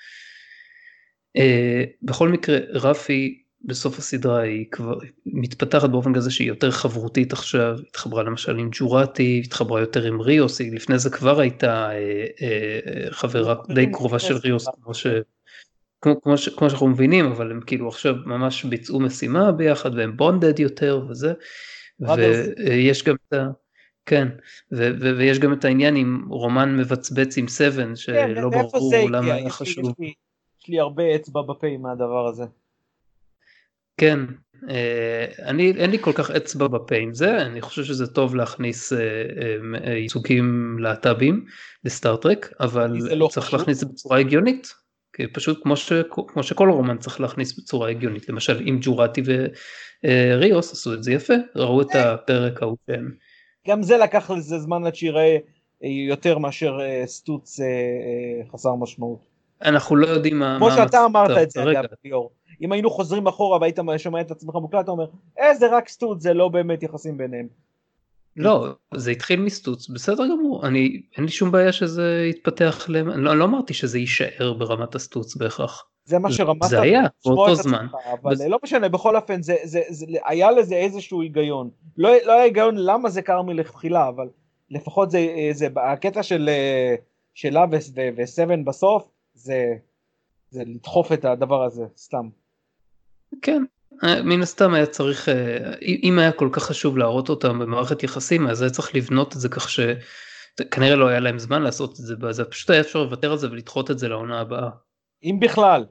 Uh, בכל מקרה רפי בסוף הסדרה היא כבר מתפתחת באופן כזה שהיא יותר חברותית עכשיו, התחברה למשל עם ג'ורטי, התחברה יותר עם ריוס, היא לפני זה כבר הייתה uh, uh, חברה די קרובה של ריוס, כמו, ש, כמו, כמו, ש, כמו שאנחנו מבינים, אבל הם כאילו עכשיו ממש ביצעו משימה ביחד והם בונדד יותר וזה, ויש גם את ה... כן, ו- ו- ויש גם את העניין עם רומן מבצבץ עם סבן, שלא ברור למה היה חשוב. יש לי הרבה אצבע בפה מהדבר הזה. כן, אני, אין לי כל כך אצבע בפה עם זה, אני חושב שזה טוב להכניס ייצוגים להט"בים לסטארטרק, אבל לא צריך חשוב. להכניס את זה בצורה הגיונית, כי פשוט כמו, ש, כמו שכל רומן צריך להכניס בצורה הגיונית, למשל אם ג'ורטי וריוס עשו את זה יפה, ראו את הפרק ההוא שהם. גם זה לקח לזה זמן עד שיראה יותר מאשר סטוץ חסר משמעות. אנחנו לא יודעים מה... כמו שאתה אמרת את זה, אגב, ליאור. אם היינו חוזרים אחורה והיית שומע את עצמך מוקלט, אתה אומר, אה, זה רק סטוץ, זה לא באמת יחסים ביניהם. לא, זה התחיל מסטוץ, בסדר גמור, אני, אין לי שום בעיה שזה יתפתח, לא, לא אמרתי שזה יישאר ברמת הסטוץ בהכרח. זה מה שרמת... זה היה, באותו זמן. אבל לא משנה, בכל אופן, היה לזה איזשהו היגיון. לא היה היגיון למה זה קרה מלכתחילה, אבל לפחות זה, הקטע שלה וסבן בסוף, זה לדחוף את הדבר הזה, סתם. כן. מן הסתם היה צריך, אם היה כל כך חשוב להראות אותם במערכת יחסים, אז היה צריך לבנות את זה כך שכנראה לא היה להם זמן לעשות את זה, אז פשוט היה אפשר לוותר על זה ולדחות את זה לעונה הבאה. אם בכלל.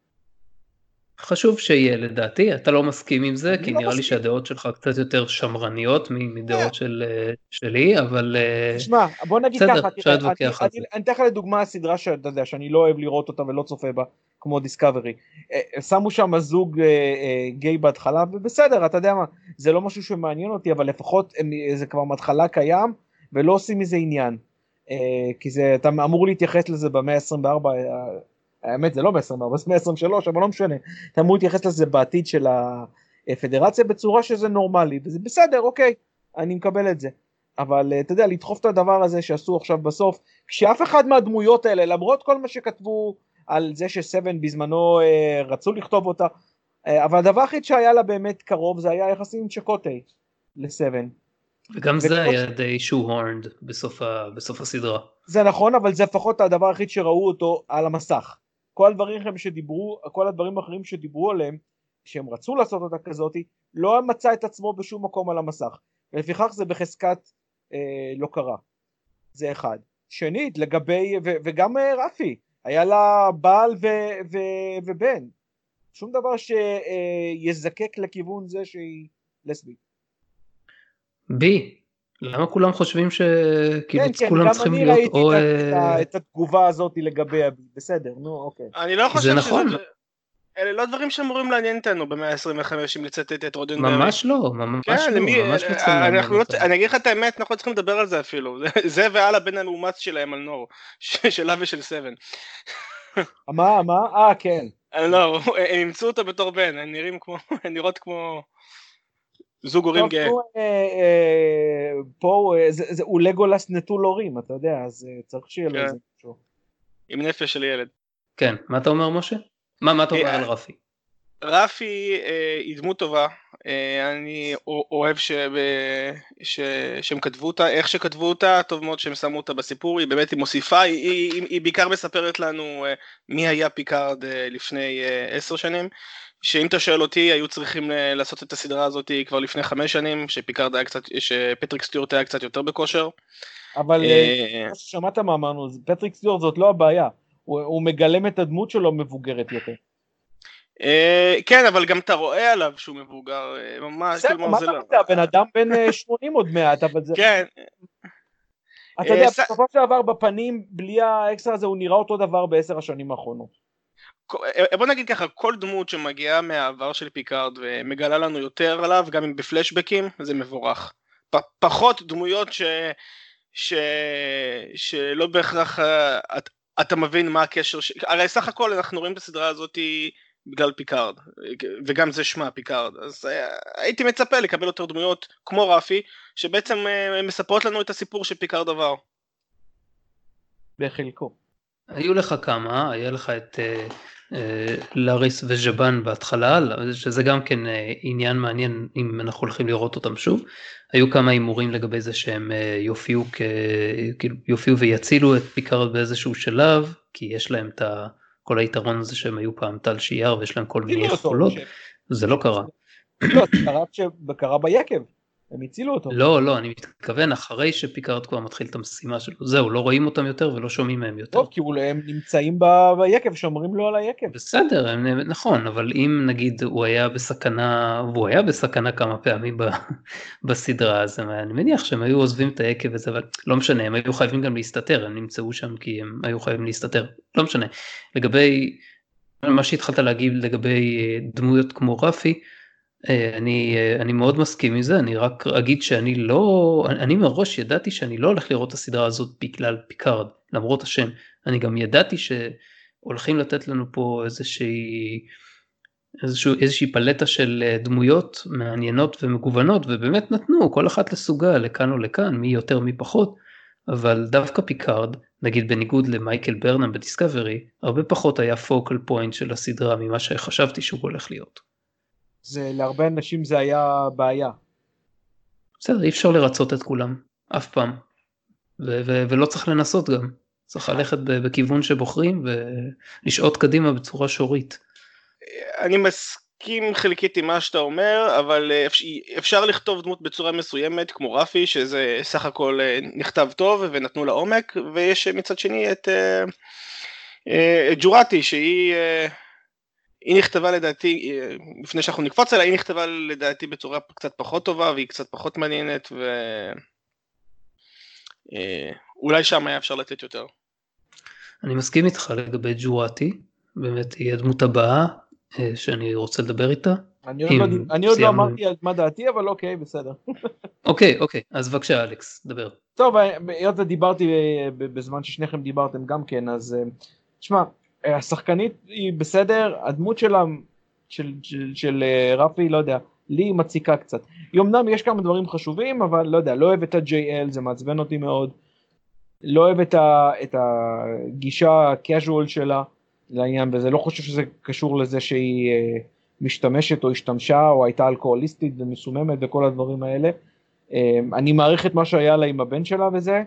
חשוב שיהיה לדעתי, אתה לא מסכים עם זה, כי נראה לי שהדעות שלך קצת יותר שמרניות מדעות שלי, אבל תשמע, בוא נגיד ככה, אני אתן לך לדוגמה הסדרה שאתה יודע, שאני לא אוהב לראות אותה ולא צופה בה, כמו דיסקאברי, שמו שם זוג גיי בהתחלה, ובסדר, אתה יודע מה, זה לא משהו שמעניין אותי, אבל לפחות זה כבר מתחלה קיים, ולא עושים מזה עניין, כי אתה אמור להתייחס לזה במאה ה-עשרים וארבע, האמת זה לא ב-עשרים וארבע, זה מאה עשרים ושלוש, אבל לא משנה, אתה אמור להתייחס לזה בעתיד של הפדרציה, בצורה שזה נורמלי, וזה בסדר, אוקיי, אני מקבל את זה. אבל אתה יודע, לדחוף את הדבר הזה שעשו עכשיו בסוף, כשאף אחד מהדמויות האלה, למרות כל מה שכתבו על זה שסבן בזמנו אה, רצו לכתוב אותה, אה, אבל הדבר הכי שהיה לה באמת קרוב, זה היה יחסים עם צ'קוטי לסבן. וגם וכמו... זה היה די שו-הורנד בסוף, ה... בסוף הסדרה. זה נכון, אבל זה לפחות הדבר הכי שראו אותו על המסך. כל הדברים שדיברו, כל הדברים האחרים שדיברו עליהם, שהם רצו לעשות אותה כזאת, לא מצא את עצמו בשום מקום על המסך. ולפיכך זה בחזקת אה, לא קרה. זה אחד. שנית, לגבי, ו, וגם אה, רפי, היה לה בעל ו, ו, ובן. שום דבר שיזקק אה, לכיוון זה שהיא לסבית. בי, למה כולם חושבים שכאילו כן, כן, כולם צריכים להיות... גם אני ראיתי או... את, את התגובה הזאת לגבי הבי. בסדר, נו, אוקיי. אני לא חושב שזה... נכון. אלה לא דברים שאמורים לעניין אותנו במאה ה-עשרים וחמש אם לצטט את רודן ממש לא, ממש כן, לא, מי, ממש לא צריכים לעניין לא, אותנו. אני אגיד לך את האמת, אנחנו צריכים לדבר על זה אפילו, זה ועל הבן המאומץ שלהם על נור, שלה ושל סבן. מה, מה? אה, כן. לא, הם ימצאו אותו בתור בן, הם נראים כמו, הם נראות כמו זוג הורים גאה. פה הוא לגולס נטול הורים, אתה יודע, אז צריך שיהיה לו איזה משהו. עם נפש של ילד. כן, מה אתה אומר משה? מה, מה אתה אומר על רפי? רפי היא דמות טובה, אני אוהב שהם כתבו אותה, איך שכתבו אותה, טוב מאוד שהם שמו אותה בסיפור, היא באמת מוסיפה, היא בעיקר מספרת לנו מי היה פיקארד לפני עשר שנים, שאם אתה שואל אותי, היו צריכים לעשות את הסדרה הזאת כבר לפני חמש שנים, שפיקארד היה קצת, שפטריק סטיוארט היה קצת יותר בכושר. אבל שמעת מה אמרנו, פטריק סטיוארט זאת לא הבעיה, הוא מגלם את הדמות שלו מבוגרת יותר. כן, אבל גם אתה רואה עליו שהוא מבוגר, ממש. בסדר, מה אתה יודע, בן אדם בן שמונים עוד מעט, אבל זה... כן. אתה יודע, בסופו של דבר בפנים, בלי האקסטרה הזה, הוא נראה אותו דבר בעשר השנים האחרונות. בוא נגיד ככה, כל דמות שמגיעה מהעבר של פיקארד ומגלה לנו יותר עליו, גם אם בפלשבקים, זה מבורך. פחות דמויות ש... ש... שלא בהכרח אתה מבין מה הקשר, ש... הרי סך הכל אנחנו רואים את הסדרה הזאת בגלל פיקארד, וגם זה שמה פיקארד, אז הייתי מצפה לקבל יותר דמויות כמו רפי, שבעצם מספרות לנו את הסיפור של פיקארד עבר. בחלקו. היו לך כמה, היה לך את לאריס וז'בן בהתחלה, שזה גם כן עניין מעניין אם אנחנו הולכים לראות אותם שוב, היו כמה אימורים לגבי זה שהם יופיעו, יופיעו ויצילו את פיקארד באיזשהו שלב, כי יש להם את כל היתרון הזה שהם היו פעם טל שיער ויש להם כל מיני יכולות, זה לא קרה. לא, זה קרה ביקב. הם הצילו אותו. לא, לא, אני מתכוון אחרי שפיקארד כבר מתחיל את המשימה שלו, זהו, לא רואים אותם יותר ולא שומעים מהם יותר. טוב, כי הם נמצאים ביקב, שאומרים לו על היקב. בסדר, הם, נכון, אבל אם נגיד הוא היה בסכנה, והוא היה בסכנה כמה פעמים ב, בסדרה, אז אני מניח שהם היו עוזבים את היקב וזה, אבל לא משנה, הם היו חייבים גם להסתתר, הם נמצאו שם כי הם היו חייבים להסתתר, לא משנה. לגבי, מה שהתחלת להגיד לגבי דמויות כמו רפי, אני, אני מאוד מסכים עם זה, אני רק אגיד שאני לא, אני מראש ידעתי שאני לא הולך לראות את הסדרה הזאת בגלל פיקארד, למרות השם, אני גם ידעתי הולכים לתת לנו פה איזושהי, איזושהי, איזושהי פלטה של דמויות מעניינות ומגוונות, ובאמת נתנו כל אחת לסוגה, לכאן או לכאן, מי יותר מי פחות, אבל דווקא פיקארד, נגיד בניגוד למייקל ברנם בדיסקאברי, הרבה פחות היה פוקל פוינט של הסדרה ממה שחשבתי שהוא הולך להיות. זה להרבה אנשים זה היה בעיה. בסדר, אי אפשר לרצות את כולם, אף פעם, ו- ו- ולא צריך לנסות גם, צריך ללכת בכיוון שבוחרים ולשעות קדימה בצורה שורית. אני מסכים חלקית עם מה שאתה אומר, אבל אפשר לכתוב דמות בצורה מסוימת כמו רפי, שזה סך הכל נכתב טוב ונתנו לה עומק, ויש מצד שני את, את ג'ורתי שהיא היא נכתבה לדעתי, לפני שאנחנו נקפוץ עליה, היא נכתבה לדעתי בצורה קצת פחות טובה והיא קצת פחות מעניינת, ואולי שם היה אפשר לתת יותר. אני מסכים איתך לגבי ג'ורתי, באמת היא הדמות הבאה שאני רוצה לדבר איתה. אני עוד לא אמרתי על מה דעתי, אבל אוקיי, בסדר. אוקיי, אוקיי, אז בבקשה אלכס, דבר. טוב, היות ודיברתי בזמן ששניכם דיברתם גם כן, אז תשמע, השחקנית היא בסדר, הדמות שלה, של, של, של רפי, לא יודע, לי היא מציקה קצת. היא אמנם יש כמה דברים חשובים, אבל לא יודע, לא אוהב את ה-ג'יי אל, זה מעצבן אותי מאוד. לא אוהב את, ה, את הגישה ה-casual שלה לעניין, וזה לא חושב שזה קשור לזה שהיא uh, משתמשת או השתמשה, או הייתה אלכוהוליסטית ומסוממת וכל הדברים האלה. Uh, אני מעריך את מה שהיה לה עם הבן שלה וזה,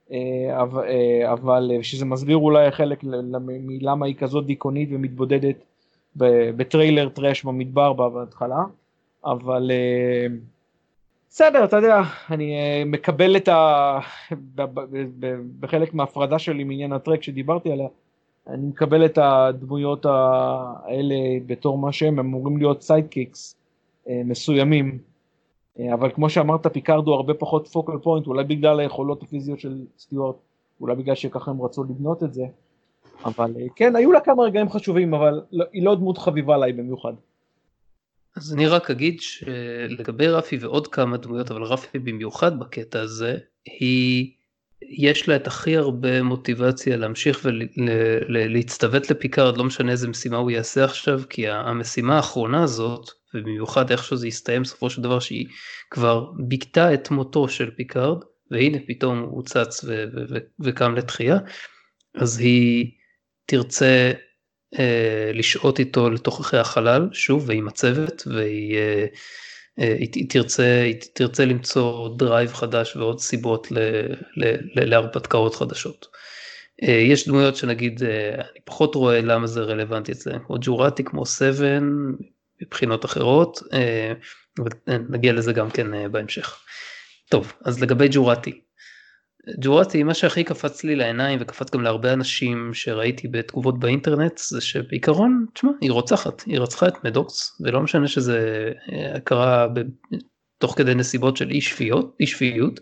אבל שזה מסביר אולי חלק למה היא כזאת דיכאונית ומתבודדת בטריילר טרש במדבר בהתחלה, אבל בסדר, אתה יודע, אני מקבל את ה... בחלק מההפרדה שלי מעניין הטרק שדיברתי עליה, אני מקבל את הדמויות האלה בתור מה שהם, הם אמורים להיות סיידקיקס מסוימים, אבל כמו שאמרת, פיקארד הוא הרבה פחות פוקל פוינט, אולי בגלל היכולות הפיזיות של סטיוארט, אולי בגלל שככה הם רצו לבנות את זה, אבל כן, היו לה כמה רגעים חשובים, אבל היא לא דמות חביבה עליי במיוחד. אז אני רק אגיד שלגבי רפי ועוד כמה דמויות, אבל רפי במיוחד בקטע הזה, היא, יש לה את הכי הרבה מוטיבציה להמשיך ולהצטוות לפיקארד, לא משנה איזה משימה הוא יעשה עכשיו, כי המשימה האחרונה הזאת, ובמיוחד איכשהו זה יסתיים בסופו של דבר שהיא כבר ביקתה את מותו של פיקארד, והנה פתאום הוא צץ ו- ו- ו- וקם לתחייה, אז היא תרצה אה, לשעות איתו לתוככי החלל, שוב, והיא מצבת, והיא אה, אה, היא, היא, תרצה, היא תרצה למצוא דרייב חדש ועוד סיבות ל, ל, ל, להרפתקאות חדשות. אה, יש דמויות שנגיד, אה, אני פחות רואה למה זה רלוונטי אצלם, כמו ג'ורתי, כמו סבן, מבחינות אחרות, נגיע לזה גם כן בהמשך. טוב, אז לגבי ג'ורתי. ג'ורתי, מה שהכי קפץ לי לעיניים, וקפץ גם להרבה אנשים שראיתי בתגובות באינטרנט, זה שבעיקרון, תשמע, היא רוצחת, היא רצחה את מדוקס, ולא משנה שזה קרה תוך כדי נסיבות של אי שפיות, אי שפיות,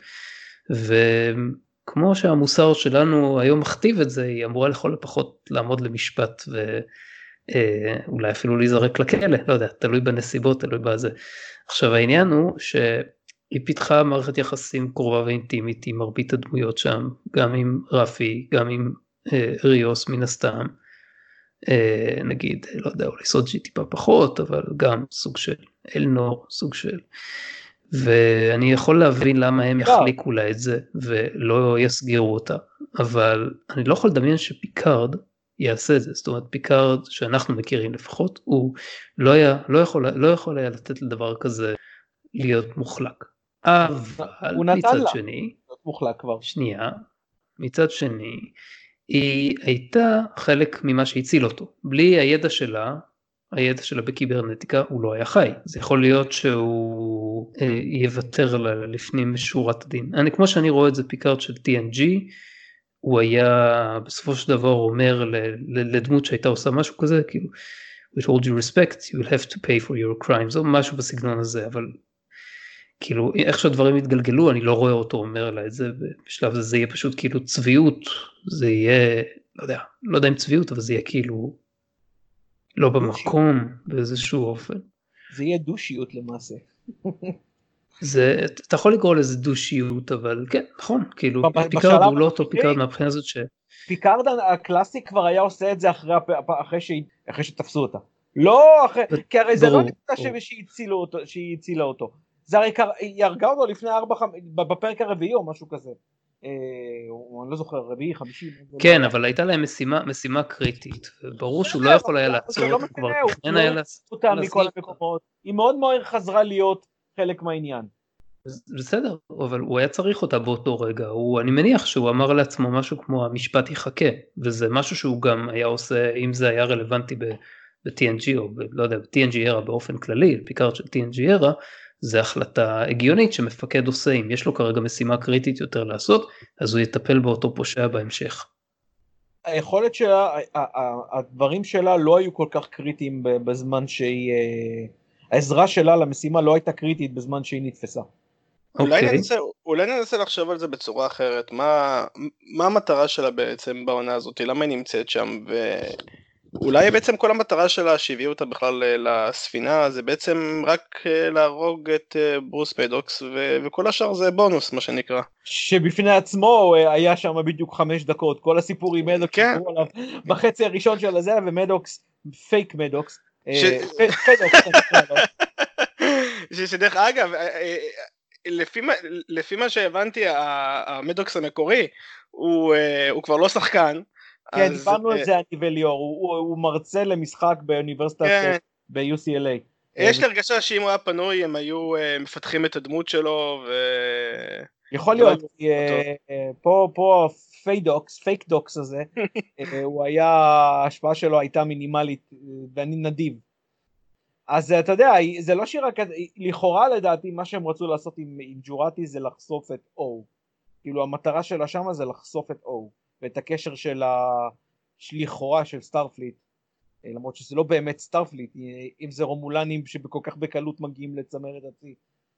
וכמו שהמוסר שלנו היום מכתיב את זה, היא אמורה לכל לפחות לעמוד למשפט, ו... אולי אפילו להיזרק לכלא, לא יודע, תלוי בנסיבות, תלוי בזה. עכשיו העניין הוא שהיא פיתחה מערכת יחסים קרובה ואינטימית עם מרבית הדמויות שם, גם עם רפי, גם עם אה, ריוס מן הסתם, אה, נגיד, לא יודע, אולי סוג'י טיפה פחות, אבל גם סוג של אלנור, סוג של, ואני יכול להבין למה הם יחליקו לה את זה, ולא יסגירו אותה, אבל אני לא יכול לדמיין שפיקארד, יעשה את זה, זאת אומרת פיקארד שאנחנו מכירים לפחות, הוא לא היה, לא יכול, לא יכול היה לתת לדבר כזה להיות מוחלק. אבל מצד שני, מוחלק כבר. שנייה, מצד שני, היא הייתה חלק ממה שהציל אותו. בלי הידע שלה, הידע שלה בקיברנטיקה, הוא לא היה חי. זה יכול להיות שהוא אה, יוותר לפנים משורת הדין. אני, כמו שאני רואה את זה, פיקארד של טי אן ג'י, הוא היה בסופו של דבר אומר לדמות שהייתה עושה משהו כזה, כאילו, with all due respect, you will have to pay for your crimes, או משהו בסגנון הזה, אבל כאילו, איך שהדברים יתגלגלו, אני לא רואה אותו אומר לה את זה, בשלב הזה זה יהיה פשוט כאילו צביעות, זה יהיה, לא יודע, לא יודע אם צביעות, אבל זה יהיה כאילו, לא במקום, באיזשהו אופן. זה יהיה דושיות למעשה. זה, אתה יכול לקרוא לזה דו-שיות, אבל כן, נכון, כאילו, ב- פיקארד בשלב הוא לא אותו הנוכחי, פיקארד מהבחינה הזאת ש... פיקארד הקלאסי כבר היה עושה את זה אחרי, הפ- אחרי, שהיא, אחרי שתפסו אותה. לא אחרי, כי הרי זה לא ברור, נקודה ברור. שהיא הצילו אותו, שהיא הצילה אותו. זה הרי קר- היא הרגה אותו לפני ארבע, חמ- בפרק הרביעי או משהו כזה. אה, אני לא זוכר, רביעי, חמישי. זה לא כן, היה. אבל הייתה להם משימה, משימה קריטית, וברור שהוא לא בסדר, יכול היה אבל לעצור זה לא אותה, כבר משנה, הוא תכנן לא היה הרסו לעשות- אותה להסגיר מכל אותה. המקומות. היא מאוד מהר חזרה להיות חלק מהעניין. בסדר, אבל הוא היה צריך אותה באותו רגע, הוא, אני מניח שהוא אמר לעצמו משהו כמו המשפט יחכה, וזה משהו שהוא גם היה עושה, אם זה היה רלוונטי ב-טי אן ג'י או ב- לא יודע, ב-טי אן ג'י era באופן כללי, פיקארד של טי אן ג'י era, זה החלטה הגיונית שמפקד עושה, אם יש לו כרגע משימה קריטית יותר לעשות, אז הוא יטפל באותו פושע בהמשך. היכולת שלה, ה- ה- הדברים שלה לא היו כל כך קריטיים ב- בזמן שהיא, אה, העזרה שלה למשימה לא הייתה קריטית בזמן שהיא נתפסה. אולי אוקיי. ננסה, אולי ננסה לחשוב על זה בצורה אחרת, מה, מה המטרה שלה בעצם בעונה הזאת, למה היא נמצאת שם, ואולי בעצם כל המטרה שלה שהביאו אותה בכלל לספינה, זה בעצם רק להרוג את ברוס מדוקס, ו- וכל השאר זה בונוס, מה שנקרא. שבפני עצמו אה, היה שם בדיוק חמש דקות, כל הסיפור עם מדוקס, כן. דיברו עליו בחצי הראשון של הזה, ומדוקס, פייק מדוקס, אה, ש- פ- פדוקס, אני אקרא לו. ש- שדרך אגב, לפי מה, לפי מה שהבנתי, ה- המדוקס המקורי, הוא, הוא כבר לא שחקן. כן, אז, דיברנו על זה אני וליאור, הוא, הוא, הוא מרצה למשחק באוניברסיטת, כן. ב-יו סי אל איי. יש לי הרגשה שאם הוא היה פנוי, הם היו מפתחים את הדמות שלו, ו... יכול להיות, כי, אה, אה, פה, פה פיידוקס, פייק דוקס הזה, אה, הוא היה, ההשפעה שלו הייתה מינימלית, אה, ואני נדיב. אז אתה יודע, זה לא שהיא רק, לכאורה לדעתי, מה שהם רצו לעשות עם, עם ג'ורטי זה לחשוף את או. כאילו המטרה שלה שמה זה לחשוף את או, ואת הקשר של ה... לכאורה של סטארפליט, אה, למרות שזה לא באמת סטארפליט, אם זה רומולנים שבכל כך בקלות מגיעים לצמרת הצי.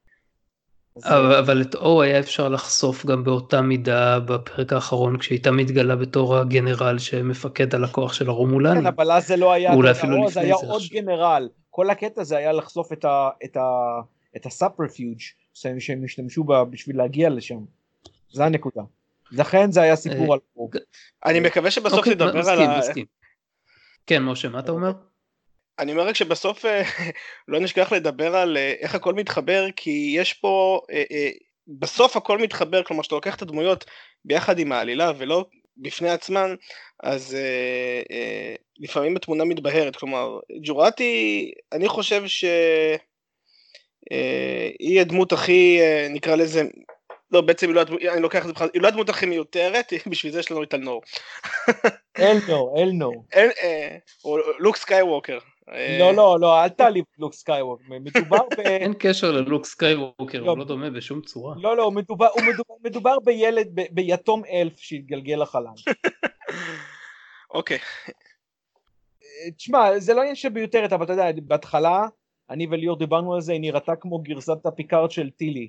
אבל, אבל את או היה אפשר לחשוף גם באותה מידה בפרק האחרון, כשהייתה מתגלה בתור הגנרל שמפקד על הכוח של הרומולנים. כן, אבל אז זה לא היה, אולי אפילו זה לפני היה זה עוד עכשיו. גנרל, כל הקטע זה היה לחשוף את ה... את ה... את הסאפרפיוג' שהם השתמשו בה בשביל להגיע לשם. זה הנקודה. לכן זה היה סיפור על פה. אני מקווה שבסוף אוקיי, תדבר מסכים, על ה... מסכים. כן, משה, מה אתה אומר? אני אומר רק שבסוף לא נשכח לדבר על איך הכל מתחבר, כי יש פה, בסוף הכל מתחבר, כלומר שאתה לוקח את הדמויות ביחד עם העלילה ולא בפני עצמן, אז לפעמים התמונה מתבהרת, כלומר ג'ורטי, אני חושב שהיא הדמות הכי, נקרא לזה, לא, בעצם היא לא, אני לוקח את זה בכלל, היא לא הדמות הכי מיותרת, בשביל זה יש לנו את אלנור. אלנור, אלנור. או לוק סקייווקר. לא, לא, לא, אל תעליב לוק סקייווקר, מדובר ב... אין קשר ללוק סקייווקר, הוא לא דומה בשום צורה. לא, לא, הוא מדובר, הוא מדובר, מדובר בילד, ב, ביתום אלף שהתגלגל לחלל. אוקיי. תשמע, זה לא עניין שביותרת, אבל אתה יודע, בהתחלה, אני וליאור דיברנו על זה, היא נראתה כמו גרסת הפיקארד של טילי.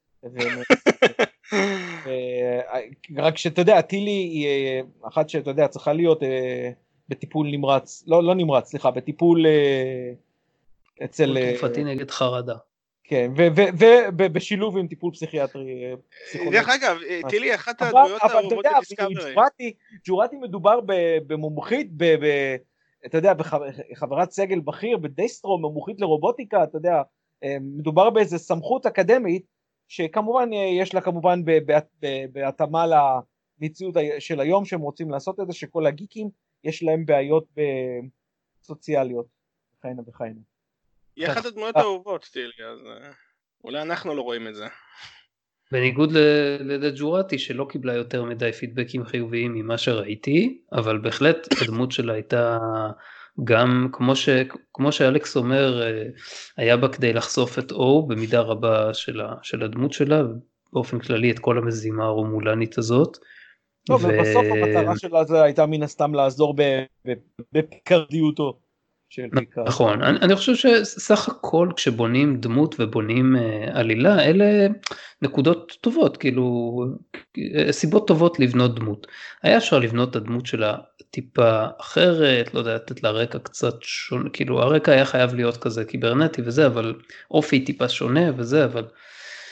רק שאתה יודע, טילי היא אחת שאתה יודע, צריכה להיות בטיפול נמרץ, לא, לא נמרץ, סליחה, בטיפול אצל... תרופתי נגד חרדה. כן, ובשילוב עם טיפול פסיכיאטרי. דרך אגב, טילי אחת הדמויות האהובות בדיסקאברי. ג'ורטי מדובר במומחית, אתה יודע, בחברת סגל בכיר, בדייסטרו, מומחית לרובוטיקה, אתה יודע, מדובר באיזה סמכות אקדמית, שכמובן יש לה כמובן בהתאמה למציאות של היום שהם רוצים לעשות את זה, שכל הגיקים יש להם בעיות סוציאליות, וכהנה וכהנה. היא אחת הדמויות האהובות, טילי, אז אולי אנחנו לא רואים את זה. בניגוד לג'ורטי שלא קיבלה יותר מדי פידבקים חיוביים ממה שראיתי, אבל בהחלט הדמות שלה הייתה גם, כמו, ש, כמו שאלכס אומר, היה בה כדי לחשוף את או במידה רבה של, ה, של הדמות שלה, באופן כללי את כל המזימה הרומולנית הזאת. טוב, ו... ובסוף המטרה שלה זה הייתה מן הסתם לעזור בפיקרדיותו. נכון, אני, אני חושב שסך הכל כשבונים דמות ובונים uh, עלילה, אלה נקודות טובות, כאילו סיבות טובות לבנות דמות. היה אפשר לבנות את הדמות שלה טיפה אחרת, לא יודע, לתת לה רקע קצת שונה, כאילו הרקע היה חייב להיות כזה קיברנטי וזה, אבל אופי טיפה שונה וזה, אבל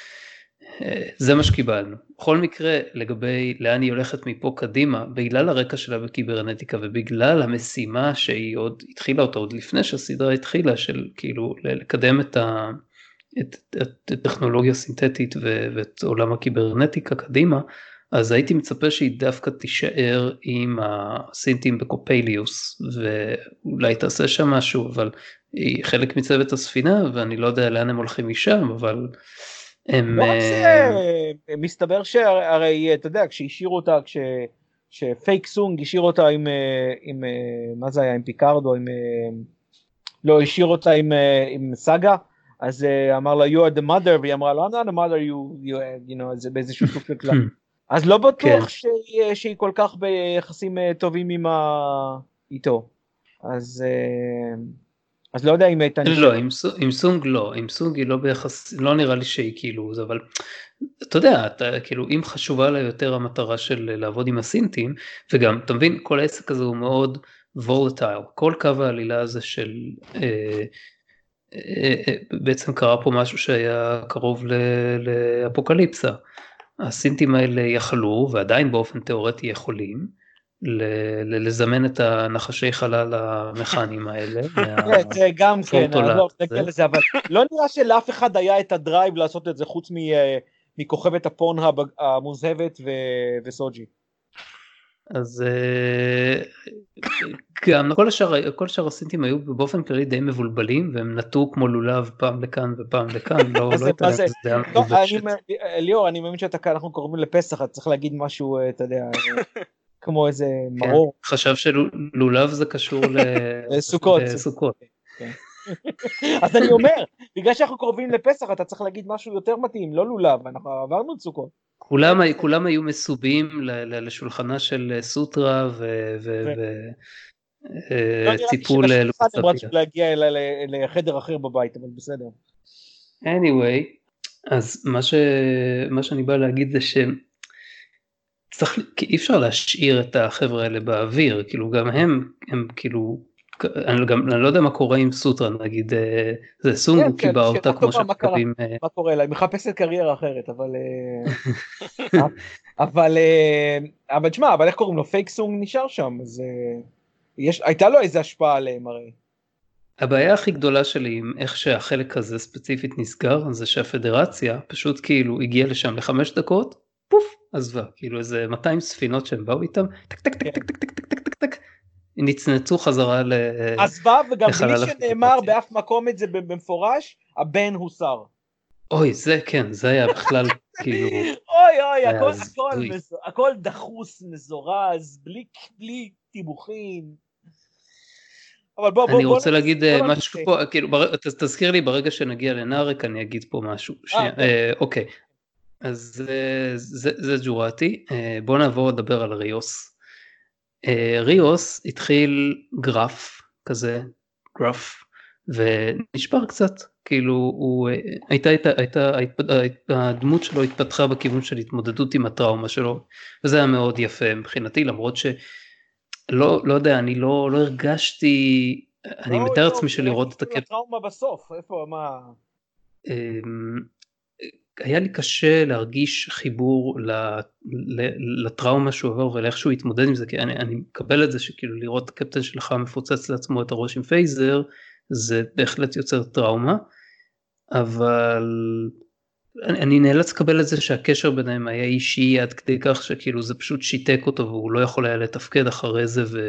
זה מה שקיבלנו. בכל מקרה, לגבי לאן היא הולכת מפה קדימה, בגלל הרקע שלה בקיברנטיקה, ובגלל המשימה שהיא עוד התחילה אותה, עוד לפני שהסדרה התחילה, של כאילו לקדם את ה... את, את, את טכנולוגיה סינתטית ו, ואת עולם הקיברנטיקה קדימה, אז הייתי מצפה שהיא דווקא תישאר עם הסינטים בקופליוס, ואולי תעשה שם משהו, אבל היא חלק מצוות הספינה, ואני לא יודע לאן הם הולכים משם, אבל הם... לא רק זה, מסתבר שהרי, אתה יודע, כשהשאירו אותה, כש... שפייק סונג השאיר אותה עם, עם, מה זה היה, עם פיקארד, או עם... לא, השאיר אותה עם, עם סאגה, אז אמר לה, you are the mother, והיא אמרה לו, I'm not the mother, you, you, you know, זה באיזשהו סוג של כלל. אז לא בטוח שהיא, שהיא כל כך ביחסים טובים עם ה... איתו. אז, אז לא יודע אם הייתה נשאר. לא, עם, עם סונג לא, עם סונג היא לא ביחס, לא נראה לי שהיא כאילו, אבל אתה יודע, אתה, כאילו, אם חשובה לה יותר המטרה של לעבוד עם הסינטים, וגם, אתה מבין, כל העסק הזה הוא מאוד volatile, כל קו העלילה הזה של... אה, בעצם קרה פה משהו שהיה קרוב לאפוקליפסה. הסינטים האלה יכלו, ועדיין באופן תיאורטי יכולים, לזמן את הנחשי חלל המכניים האלה. זה גם כן, אבל לא נראה שלאף אחד היה את הדרייב לעשות את זה, חוץ מכוכבת הפורנהאב המוזהבת וסוג'י. אז גם כל השאר, כל השאר הסינטים היו באופן כללי די מבולבלים, והם נטו כמו לולב פעם לכאן ופעם לכאן, לא הייתה להם איזה דעה מבושת. ליאור, אני מאמין שאנחנו קוראים לפסח, אתה צריך להגיד משהו, אתה יודע, כמו איזה מרור. חשב שלולב זה קשור לסוכות. אז אני אומר, בגלל שאנחנו קרובים לפסח, אתה צריך להגיד משהו יותר מתאים, לא לולב, אנחנו עברנו את סוכות. כולם, כולם היו מסובים לשולחנה של סוטרה וציפו ללוחסטיה. הם רצו להגיע לחדר אחר בבית, אבל בסדר. anyway, אז מה, ש... מה שאני בא להגיד זה שצריך, כי אי אפשר להשאיר את החבר'ה האלה באוויר, כאילו גם הם, הם כאילו, אני, גם, אני לא יודע מה קורה עם סוטרה, נגיד, זה סונג הוא קיבה אותה כמו שקבים. מה קורה לה? היא מחפשת קריירה אחרת, אבל... אבל, אבל תשמע, אבל איך קוראים לו? פייק סונג נשאר שם, אז יש, הייתה לו איזה השפעה עליהם הרי. הבעיה הכי גדולה שלי עם איך שהחלק הזה ספציפית נסגר, זה שהפדרציה פשוט כאילו הגיעה לשם לחמש דקות, פוף, עזבה, כאילו איזה מאתיים ספינות שהם באו איתם, טק טק טק טק טק טק טק טק טק, נצנצו חזרה ל... עזבה, וגם בלי שנאמר באף מקום את זה במפורש, הבן הוא שר. אוי, זה כן, זה היה בכלל כאילו... אוי אוי, הכל, הכל, הכל דחוס, מזורז, בלי, בלי טיבוחים. אבל בוא, בוא, אני בוא, רוצה בוא להגיד בוא משהו בוא פה, כאילו, בר... תזכיר לי ברגע שנגיע לנארק, אני אגיד פה משהו. שנייה, אה, אוקיי, אז זה, זה ג'ורטי, בוא נעבור לדבר על ריוס. ריוס התחיל גרף כזה, גרף, ונשבר קצת, כאילו הוא, הייתה, הייתה, הייתה, הייתה, הדמות שלו התפתחה בכיוון של התמודדות עם הטראומה שלו, וזה היה מאוד יפה מבחינתי, למרות שלא, לא יודע, אני לא, לא הרגשתי, אני מתאר עצמי של לראות את הקטע. הטראומה בסוף, איפה, מה? היה לי קשה להרגיש חיבור לטראומה שהוא עבר ולאיך שהוא התמודד עם זה, כי אני, אני מקבל את זה שכאילו לראות הקפטן שלך מפוצץ לעצמו את הראש עם פייזר, זה בהחלט יוצר טראומה, אבל אני, אני נאלץ לקבל את זה שהקשר ביניהם היה אישי עד כדי כך שכאילו זה פשוט שיתק אותו והוא לא יכול היה לתפקד אחרי זה ו...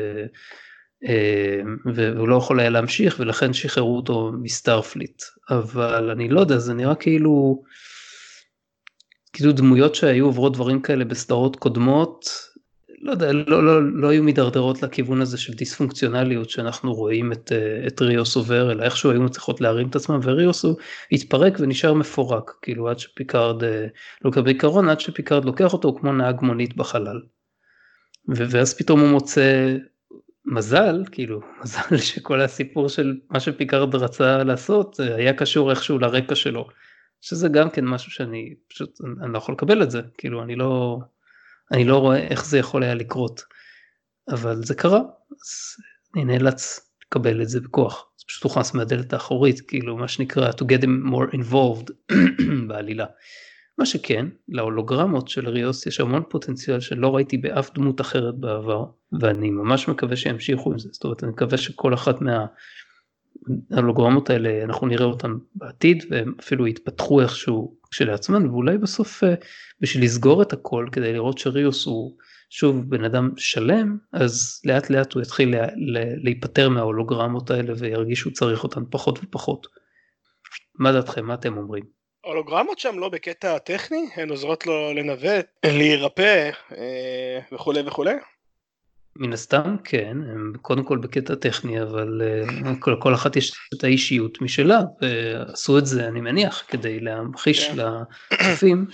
והוא לא יכול היה להמשיך ולכן שחררו אותו מסטארפליט, אבל אני לא יודע, זה נראה כאילו כאילו דמויות שהיו עוברות דברים כאלה בסדרות קודמות, לא יודע, לא, לא, לא היו מדרדרות לכיוון הזה של דיספונקציונליות שאנחנו רואים את, את ריוס עובר, אלא איכשהו היו מצליחות להרים את עצמם, וריוס הוא התפרק ונשאר מפורק, כאילו עד שפיקארד, לא בעיקרון, עד שפיקארד לוקח אותו, הוא כמו נהג מונית בחלל. ואז פתאום הוא מוצא מזל, כאילו, מזל שכל הסיפור של מה שפיקארד רצה לעשות, היה קשור איכשהו לרקע שלו. שזה גם כן משהו שאני פשוט, אני לא יכול לקבל את זה, כאילו אני לא, אני לא רואה איך זה יכול היה לקרות, אבל זה קרה, אז אני נאלץ לקבל את זה בכוח, זה פשוט הוכנס מהדלת האחורית, כאילו מה שנקרא, to get them more involved בעלילה, מה שכן, להולוגרמות של ריוס יש המון פוטנציאל שלא ראיתי באף דמות אחרת בעבר, ואני ממש מקווה שימשיכו עם זה, זאת אומרת, אני מקווה שכל אחת מההולוגרמות האלה, אנחנו נראה אותן בעתיד, והם אפילו יתפתחו איכשהו כשלעצמן, ואולי בסוף, בשביל לסגור את הכל, כדי לראות שריוס הוא שוב בן אדם שלם, אז לאט לאט הוא יתחיל לה, לה, להיפטר מההולוגרמות האלה, וירגיש שהוא צריך אותן פחות ופחות. מה דעתכם? מה אתם אומרים? הולוגרמות שם לא בקטע טכני, הן עוזרות לו לנווט, להירפא אה, וכו' וכו'. מן הסתם כן, הם קודם כל בקטע טכני, אבל uh, כל, כל אחת יש את האישיות משלה, ועשו את זה אני מניח כדי להמחיש כן. לצופים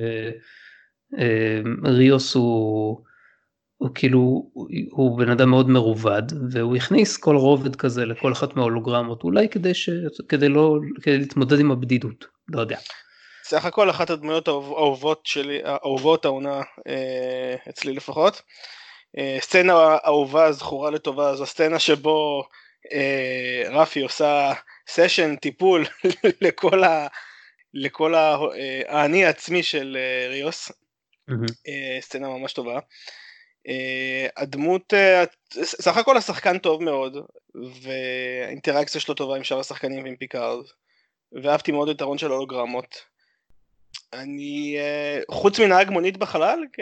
שריוס uh, הוא, הוא כאילו, הוא, הוא בן אדם מאוד מרובד, והוא הכניס כל רובד כזה לכל אחת מההולוגרמות, אולי כדי, ש, כדי, לא, כדי להתמודד עם הבדידות, לא יודע. סך הכל אחת הדמויות האהובות שלי, האהובות העונה אה, אצלי לפחות. סצנה אהובה זכורה לטובה, זו סצנה שבו אה, רפי עושה סשן טיפול לכל, ה, לכל ה, אה, האני העצמי של אה, ריוס, mm-hmm. אה, סצנה ממש טובה. אה, הדמות, אה, סך הכל השחקן טוב מאוד, והאינטראקציה שלו טובה עם שאר השחקנים ועם פיקארד, ואהבתי מאוד את הרון של הולוגרמות. אני, אה, חוץ מנהג מונית בחלל, כ...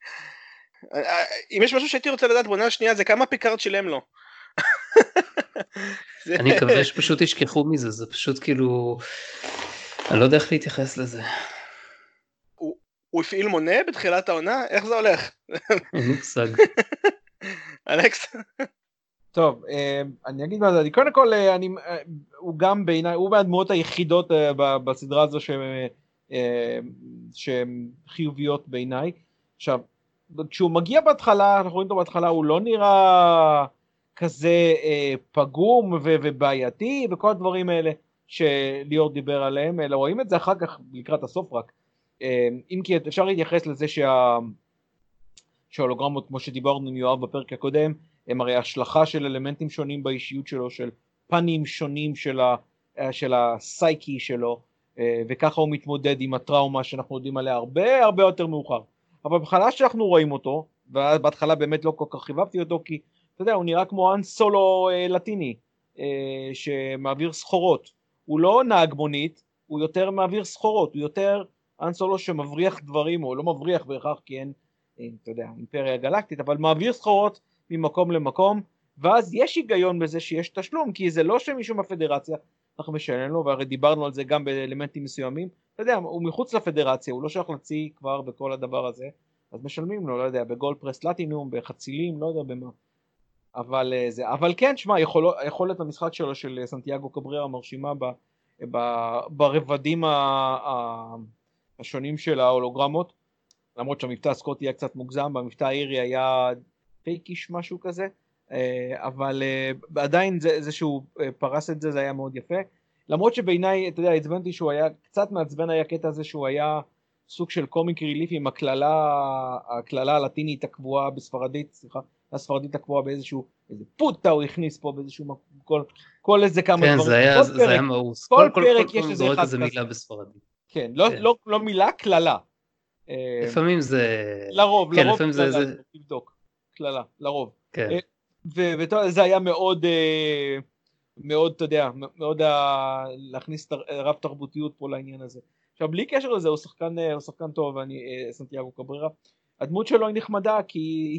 אם יש משהו שהייתי רוצה לדעת בעונה השנייה זה כמה פיקארד שילם לו. אני מקווה שפשוט ישכחו מזה, זה פשוט כאילו, אני לא יודע איך להתייחס לזה. הוא הפעיל מונה בתחילת העונה? איך זה הולך? אין מושג. אלכס? טוב, אני אגיד מה זה, קודם כל, הוא גם בעיניי, הוא מהדמויות היחידות בסדרה הזו שהן חיוביות בעיניי. עכשיו, כשהוא מגיע בהתחלה, אנחנו רואים אותו בהתחלה, הוא לא נראה כזה אה, פגום ו- ובעייתי, וכל הדברים האלה שליאור דיבר עליהם, אלא רואים את זה אחר כך לקראת הסוף רק. אה, אם כי אפשר להתייחס לזה שה... שההולוגרמות, כמו שדיברנו עם יואב בפרק הקודם, הם הרי השלכה של אלמנטים שונים באישיות שלו, של פנים שונים של, ה... של הסייקי שלו, אה, וככה הוא מתמודד עם הטראומה שאנחנו יודעים עליה הרבה הרבה יותר מאוחר. אבל בהתחלה שאנחנו רואים אותו, ובהתחלה באמת לא כל כך חיבבתי אותו, כי אתה יודע, הוא נראה כמו אן סולו אה, לטיני, אה, שמעביר סחורות. הוא לא נהג מונית, הוא יותר מעביר סחורות, הוא יותר אן סולו שמבריח דברים, או לא מבריח בהכרח, כי אין, אין, אתה יודע, אימפריה גלקטית, אבל מעביר סחורות ממקום למקום, ואז יש היגיון בזה שיש תשלום, כי זה לא שמישהו מהפדרציה, אנחנו משלם לו, והרי דיברנו על זה גם באלמנטים מסוימים, אתה יודע, הוא מחוץ לפדרציה, הוא לא שייך לצי כבר בכל הדבר הזה, אז משלמים לו, לא יודע, בגולד פרס פלטינום, בחצילים, לא יודע במה. אבל זה, אבל כן, שמה, יכול, יכולת המשחק שלו של סנטיאגו קבררה מרשימה ב, ב, ברבדים ה, ה, השונים של ההולוגרמות, למרות שהמבטא הסקוטי היה קצת מוגזם, במבטא האירי היה פייקיש משהו כזה, אבל עדיין זה, זה שהוא פרס את זה, זה היה מאוד יפה. למרות שבעיניי, אתה יודע, הצבנתי שהוא היה, קצת מעצבן היה קטע הזה שהוא היה סוג של קומיק ריליף עם הכללה, הכללה הלטינית הקבועה בספרדית, סליחה, הספרדית הקבועה באיזשהו, איזה פוטה הוא הכניס פה באיזשהו, כל, כל איזה כמה כן, דברים. זה היה, זה פרק, היה מאוס. כל, כל פרק כל יש איזה אחד כזה מילה בספרדית. כן, לא, כן. לא, לא מילה, כללה. לפעמים זה... לרוב, כן, לרוב לפעמים כללה, זה... תבדוק, כללה, לרוב. כן. וזה היה מאוד, מאוד, אתה יודע, מאוד להכניס רב תרבותיות פה לעניין הזה. עכשיו, בלי קשר לזה, הוא שחקן, הוא שחקן טוב, ואני, סנטיאגו קבררה. הדמות שלו היא נחמדה, כי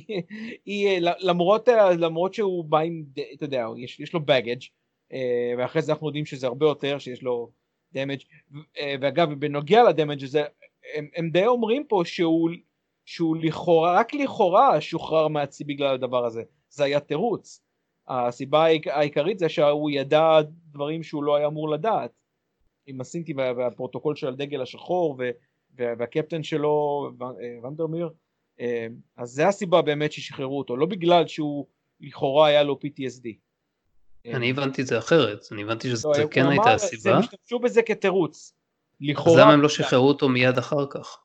היא, למרות, למרות שהוא בא עם, אתה יודע, יש, יש לו baggage, ואחרי זה אנחנו יודעים שזה הרבה יותר, שיש לו damage, ואגב, בנוגע לדמג' הזה, הם, הם די אומרים פה שהוא, שהוא לכאורה, רק לכאורה שוחרר מהצי בגלל הדבר הזה. זה היה תירוץ. הסיבה העיקרית זה שהוא ידע דברים שהוא לא היה אמור לדעת. עם הסינטי והפרוטוקול של הדגל השחור והקפטן שלו, ונדרמיר, אז זה הסיבה באמת ששחררו אותו, לא בגלל שהוא לכאורה היה לו פי טי אס די. אני הבנתי את זה אחרת, אני הבנתי שזה כן הייתה הסיבה. הם השתמשו בזה כתירוץ. אז למה הם לא שחררו אותו מיד אחר כך?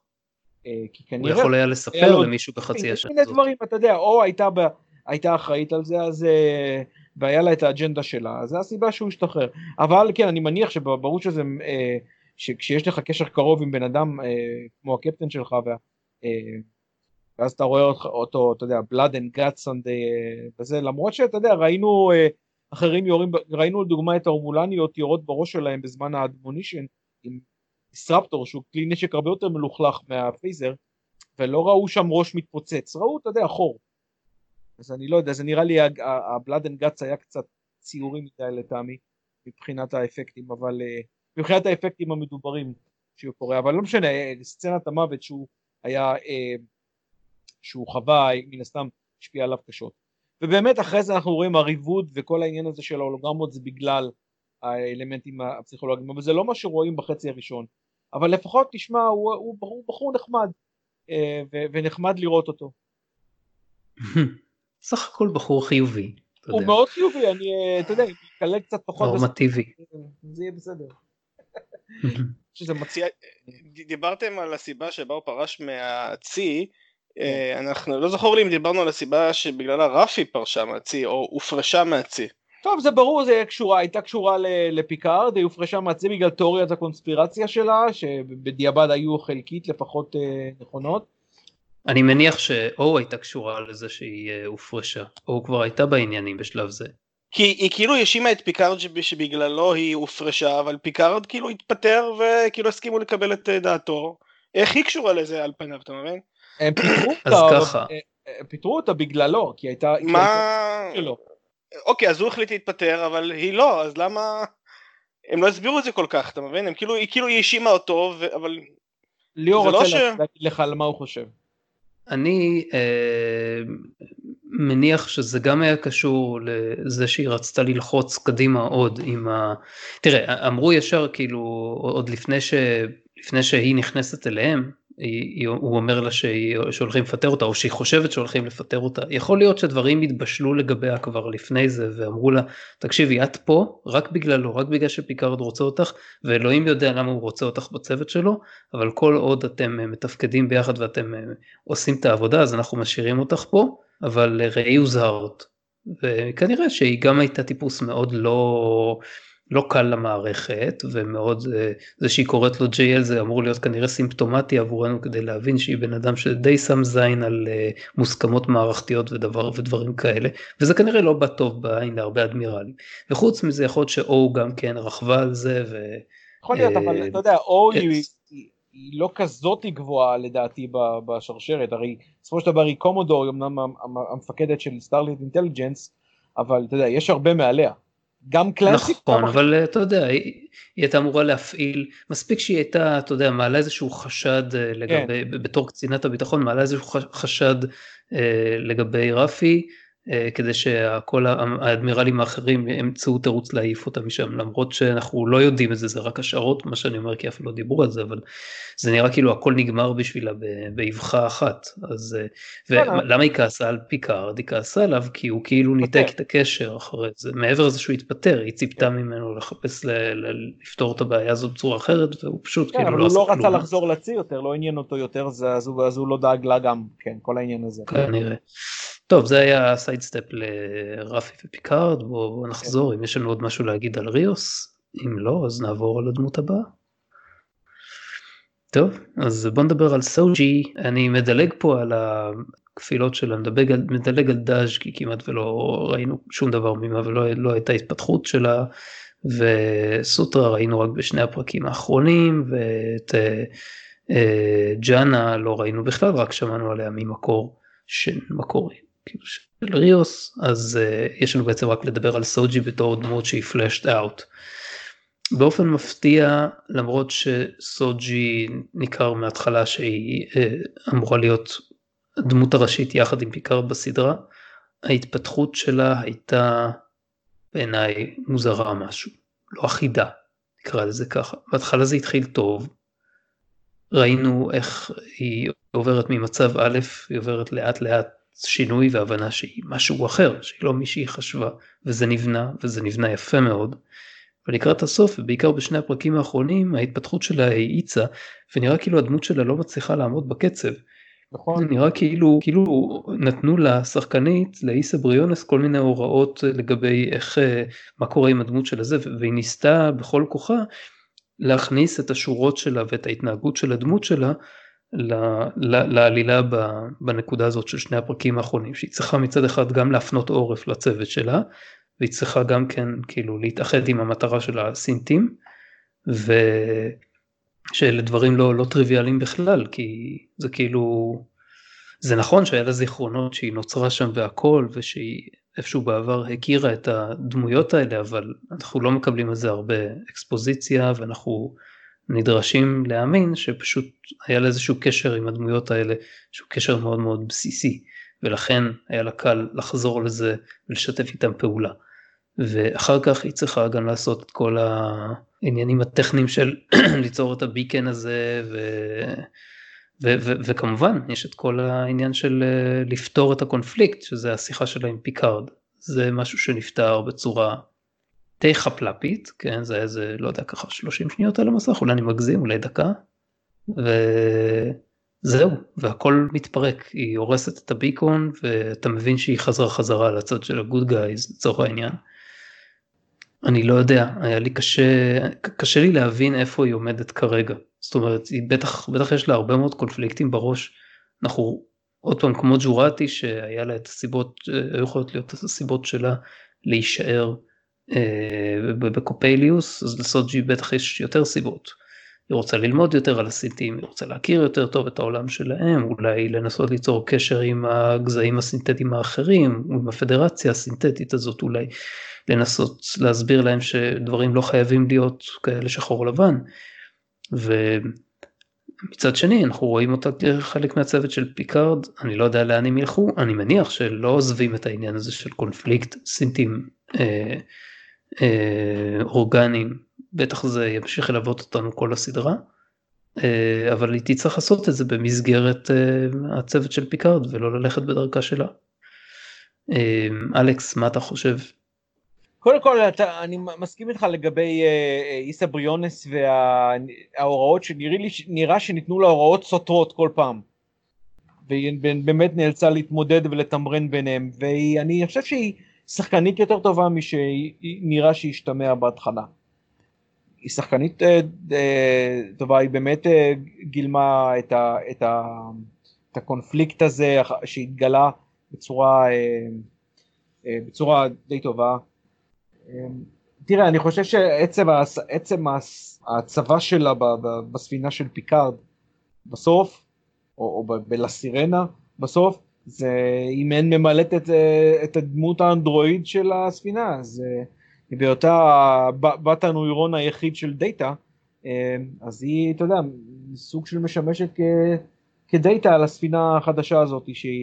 הוא יכול היה לספר למישהו בחצי השנה הזאת. דברים, אתה יודע, או הייתה אחראית על זה, אז והיה לה את האג'נדה שלה, אז זה הסיבה שהוא השתחרר. אבל כן, אני מניח שברור שזה, שכשיש לך קשר קרוב עם בן אדם אה, כמו הקפטן שלך, וה, אה, ואז אתה רואה אותו, אותו, אתה יודע, blood and guts on the, וזה, למרות שאתה יודע, ראינו אה, אחרים יורים, ראינו לדוגמה את ההורמולניות יורות בראש שלהם בזמן האדמונישן, עם דיסרפטור, שהוא כלי נשק הרבה יותר מלוכלך מהפייזר, ולא ראו שם ראש מתפוצץ, ראו, אתה יודע, חור. אז אני לא יודע, זה נראה לי, ה-blood and guts היה קצת ציורי מדי לטעמי, מבחינת האפקטים, אבל מבחינת האפקטים המדוברים שהוא קורה, אבל לא משנה, סצנת המוות שהוא היה, שהוא חווה, מן הסתם השפיע עליו קשות. ובאמת אחרי זה אנחנו רואים הריבוד וכל העניין הזה של ההולוגרמות זה בגלל האלמנטים הפסיכולוגיים, אבל זה לא מה שרואים בחצי הראשון, אבל לפחות תשמע, הוא, הוא, הוא בחור נחמד, ו- ונחמד לראות אותו. סך הכל בחור חיובי. הוא מאוד חיובי, אני, אתה יודע, מתקלל קצת פחות. נורמטיבי. זה יהיה בסדר. שזה מציע, דיברתם על הסיבה שבה הוא פרש מהצי, אנחנו לא זוכר לי אם דיברנו על הסיבה שבגללה רפי פרשה מהצי, או הופרשה מהצי. טוב, זה ברור, זה קשורה, הייתה קשורה לפיקארד, היא הופרשה מהצי בגלל תיאוריית הקונספירציה שלה, שבדיעבד היו חלקית לפחות נכונות. אני מניח שאו הייתה קשורה לזה שהיא הופרשה, או כבר הייתה בעניינים בשלב זה. כי היא כאילו האשימה את פיקארד שבגללו היא הופרשה, אבל פיקארד כאילו התפטר וכאילו הסכימו לקבל את דעתו. איך היא קשורה לזה על פניו, אתה מבין? הם פיטרו אותה, אז ככה. פיטרו אותה בגללו, כי הייתה... מה... אוקיי, אז הוא החליט להתפטר, אבל היא לא, אז למה... הם לא הסבירו את זה כל כך, אתה מבין? הם כאילו, היא כאילו האשימה אותו, אבל... ליאור רוצה ש... להגיד לך על מה הוא חושב. אני אה, מניח שזה גם היה קשור לזה שהיא רצתה ללחוץ קדימה עוד עם ה... תראה, אמרו ישר כאילו עוד לפני, ש... לפני שהיא נכנסת אליהם, היא, הוא אומר לה שהולכים לפטר אותה, או שהיא חושבת שהולכים לפטר אותה. יכול להיות שדברים התבשלו לגביה כבר לפני זה, ואמרו לה, תקשיבי, את פה רק בגללו, רק בגלל שפיקארד רוצה אותך, ואלוהים יודע למה הוא רוצה אותך בצוות שלו, אבל כל עוד אתם מתפקדים ביחד ואתם עושים את העבודה, אז אנחנו משאירים אותך פה, אבל ראי הוזהרת. וכנראה שהיא גם הייתה טיפוס מאוד לא... לא קל למערכת, ומאוד, זה שהיא קוראת לו ג'יי אל זה אמור להיות כנראה סימפטומטי עבורנו, כדי להבין שהיא בן אדם שדי שם זין על מוסכמות מערכתיות ודבר, ודברים כאלה, וזה כנראה לא בא טוב בעין להרבה אדמירלים, וחוץ מזה יכול להיות שאו גם כן רכבה על זה, ו... יכול להיות, אבל אתה יודע, או היא היא לא כזאת גבוהה לדעתי בשרשרת, הרי בסופו של דבר היא קומודור, אמנם המפקדת של סטארליט אינטליג'נס, אבל אתה יודע, יש הרבה מעליה. גם קלאסי. נכון, אבל אתה יודע, היא הייתה אמורה להפעיל, מספיק שהיא הייתה, אתה יודע, מעלה איזשהו חשד לגבי, בתור קצינת הביטחון, מעלה איזשהו חשד לגבי רפי, כדי שכל האדמירלים האחרים ימצאו תירוץ להעיף אותה משם, למרות שאנחנו לא יודעים את זה, זה רק השערות, מה שאני אומר, כי אף לא דיברו על זה, אבל זה נראה כאילו הכל נגמר בשבילה באבחה אחת, אז ולמה היא כעסה על פיקארד? היא כעסה עליו כי הוא כאילו ניתק את הקשר אחרי זה, מעבר לזה שהוא התפטר, היא ציפתה ממנו לחפש לפתור את הבעיה הזאת בצורה אחרת, והוא פשוט כאילו לא עשה כלום. הוא לא רצה לחזור לצי יותר, לא עניין אותו יותר, אז הוא לא דאג לה גם, כן, כל העניין הזה. כנראה. טוב, זה היה סיידסטפ לרפי ופיקארד, בואו נחזור, אם יש לנו עוד משהו להגיד על ריוס, אם לא, אז נעבור על הדמות הבאה. טוב, אז בואו נדבר על סוג'י, אני מדלג פה על הכפילות שלה, מדלג על דאז' כי כמעט ולא ראינו שום דבר ממה, ולא לא הייתה התפתחות שלה, וסוטרה ראינו רק בשני הפרקים האחרונים, ואת אה, ג'אנה לא ראינו בכלל, רק שמענו עליה ממקור של מקורי. כאילו של ריוס, אז uh, יש לנו בעצם רק לדבר על סוג'י בתור דמות שהיא flashed out. באופן מפתיע, למרות שסוג'י ניכר מההתחלה שהיא uh, אמורה להיות הדמות הראשית יחד עם פיקארד בסדרה, ההתפתחות שלה הייתה בעיניי מוזרה משהו, לא אחידה, נקרא לזה ככה. בהתחלה זה התחיל טוב, ראינו איך היא עוברת ממצב א', היא עוברת לאט לאט, שינוי והבנה שהיא משהו אחר, שהיא לא מי שהיא חשבה, וזה נבנה, וזה נבנה יפה מאוד, ולקראת הסוף, ובעיקר בשני הפרקים האחרונים, ההתפתחות שלה האיצה, ונראה כאילו הדמות שלה לא מצליחה לעמוד בקצב. נכון. זה נראה כאילו, כאילו נתנו לשחקנית, לאיסה בריונס, כל מיני הוראות לגבי איך, מה קורה עם הדמות של הזה, והיא ניסתה בכל כוחה, להכניס את השורות שלה ואת ההתנהגות של הדמות שלה לעלילה בנקודה הזאת של שני הפרקים האחרונים, שהיא צריכה מצד אחד גם להפנות עורף לצוות שלה, והיא צריכה גם כן כאילו להתאחד עם המטרה של הסינטים, ושאלה דברים לא, לא טריוויאליים בכלל, כי זה כאילו, זה נכון שהיה לה זיכרונות שהיא נוצרה שם והכל, ושהיא איפשהו בעבר הכירה את הדמויות האלה, אבל אנחנו לא מקבלים על זה הרבה אקספוזיציה, ואנחנו נדרשים להאמין שפשוט היה לה איזשהו קשר עם הדמויות האלה, שהוא קשר מאוד מאוד בסיסי, ולכן היה לה קל לחזור לזה ולשתף איתם פעולה. ואחר כך היא צריכה גם לעשות את כל העניינים הטכניים של ליצור את הביקן הזה, ו... ו- ו- וכמובן יש את כל העניין של לפתור את הקונפליקט, שזה השיחה שלה עם פיקארד, זה משהו שנפתר בצורה די חפלפית, כן, זה איזה, לא יודע, ככה שלושים שניות על המסך, אולי אני מגזים, אולי דקה, וזהו, והכל מתפרק, היא הורסת את הביקון, ואתה מבין שהיא חזרה חזרה לצד של הגוד גייז, לצורך העניין. אני לא יודע, היה לי קשה, קשה לי להבין איפה היא עומדת כרגע, זאת אומרת, היא בטח, בטח יש לה הרבה מאוד קונפליקטים בראש, אנחנו עוד פעם כמו ג'ורתי, שהיה לה את הסיבות, היו יכולות להיות את הסיבות שלה להישאר אה, בקופליוס, אז לסוג'י בטח יש יותר סיבות, היא רוצה ללמוד יותר על הסינטים, היא רוצה להכיר יותר טוב את העולם שלהם, אולי לנסות ליצור קשר עם הגזעים הסינתטיים האחרים, עם הפדרציה הסינתטית הזאת, אולי לנסות להסביר להם שדברים לא חייבים להיות כאלה שחור לבן, ומצד שני אנחנו רואים אותה כחלק מהצוות של פיקארד, אני לא יודע לאן הם ילכו, אני מניח שלא עוזבים את העניין הזה של קונפליקט סינטים אה, אה, אורגניים, בטח זה ימשיך ללוות אותנו כל הסדרה, אה, אבל היא תצטרך לעשות את זה במסגרת אה, הצוות של פיקארד, ולא ללכת בדרכה שלה. אה, אלכס, מה אתה חושב? קודם כל, אתה, אני מסכים איתך לגבי אה, איסה בריונס וההוראות שנראה שניתנו לה הוראות סותרות כל פעם. והיא באמת נאלצה להתמודד ולתמרן ביניהם, ואני חושב שהיא שחקנית יותר טובה משנראה שהיא השתמע בהתחלה. היא שחקנית אה, אה, טובה, היא באמת אה, גילמה את, ה, את, ה, את הקונפליקט הזה שהתגלה בצורה, אה, אה, בצורה די טובה. תראה, אני חושב שעצם עצם הצבא שלה בספינה של פיקארד בסוף, או, או בלסירנה בסוף, זה היא מעין ממלאת את, את הדמות האנדרואיד של הספינה, אז היא בהיותה בת הנוירון היחיד של דאטה, אז היא, אתה יודע, סוג של משמשת כ, כדאטה על הספינה החדשה הזאת שהיא...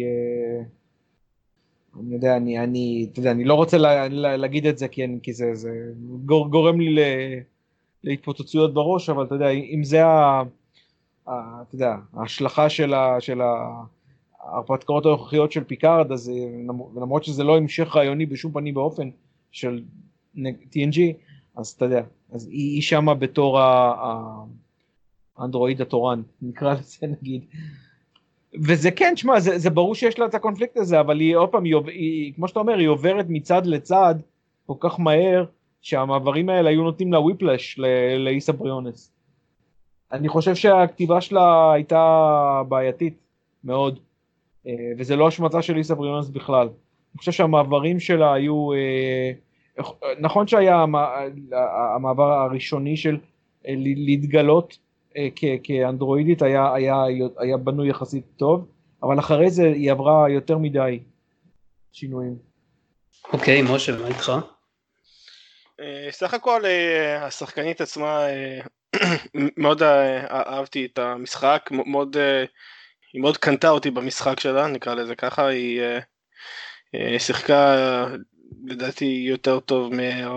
אני יודע, אני, אני, אתה יודע, אני לא רוצה לה, לה, להגיד את זה, כי, כי זה, זה גור, גורם לי ל, להתפוצצויות בראש, אבל אתה יודע, אם זה ה, ה, אתה יודע, ההשלכה של, ה, של ההרפתקאות הנוכחיות של פיקארד, אז למרות שזה לא המשך רעיוני בשום פנים באופן של טי אן ג'י, אז אתה יודע, אז היא, היא שמה בתור האנדרואיד התורן, נקרא לזה נגיד, וזה כן, שמה, זה, זה ברור שיש לה את הקונפליקט הזה, אבל היא, עוד פעם, היא, היא, כמו שאתה אומר, היא עוברת מצד לצד כל כך מהר, שהמעברים האלה היו נותנים לה וויפלש לאיסה בריונס. אני חושב שהכתיבה שלה הייתה בעייתית מאוד, וזה לא השמצה של איסה בריונס בכלל. אני חושב שהמעברים שלה היו, נכון שהיה המעבר הראשוני של להתגלות, כאנדרואידית היה, היה, היה בנוי יחסית טוב, אבל אחרי זה היא עברה יותר מדי שינויים. אוקיי, משה, מה איתך? סך הכל השחקנית עצמה, מאוד אהבתי את המשחק, מאוד, היא מאוד קנתה אותי במשחק שלה, נקרא לזה ככה, היא שיחקה לדעתי יותר טוב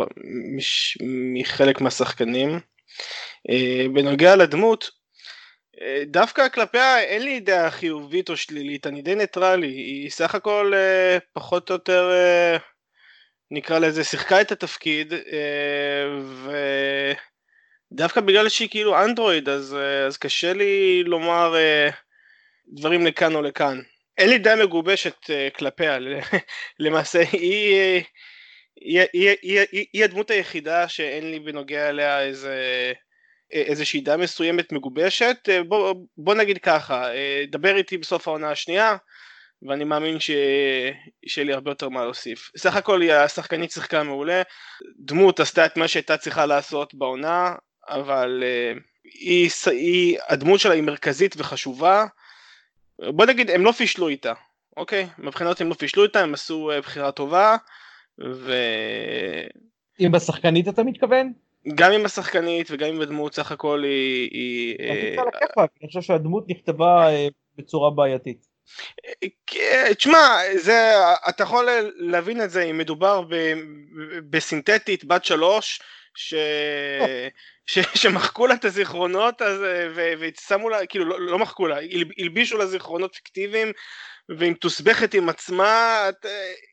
מחלק מהשחקנים. בנוגע לדמות, דווקא כלפיה אין לי דעה חיובית או שלילית, אני די ניטרלי, היא סך הכל פחות או יותר נקרא לזה שיחקה את התפקיד, ודווקא בגלל שהיא כאילו אנדרואיד, אז, אז קשה לי לומר דברים לכאן או לכאן, אין לי דעה מגובשת כלפיה, למעשה היא, היא, היא, היא, היא, היא הדמות היחידה שאין לי בנוגע אליה איזה איזושהי דעה מסוימת מגובשת, בוא, בוא נגיד ככה, דבר איתי בסוף העונה השנייה, ואני מאמין ש... שיהיה לי הרבה יותר מה להוסיף. סך הכל היא השחקנית שיחקה מעולה, דמות עשתה את מה שהייתה צריכה לעשות בעונה, אבל uh, היא, היא, הדמות שלה היא מרכזית וחשובה, בוא נגיד הם לא פישלו איתה, אוקיי? מבחינות הם לא פישלו איתה, הם עשו uh, בחירה טובה, ו... אם בשחקנית אתה מתכוון? גם עם השחקנית וגם עם הדמות, סך הכל היא... היא אני חושב שהדמות נכתבה בצורה בעייתית. תשמע, זה, אתה יכול להבין את זה אם מדובר ב, בסינתטית בת שלוש ש, ש, שמחקו לה את הזיכרונות ושמו לה, כאילו לא, לא מחקו לה, הלבישו לה זיכרונות פיקטיביים והיא תוסבכת עם עצמה, את,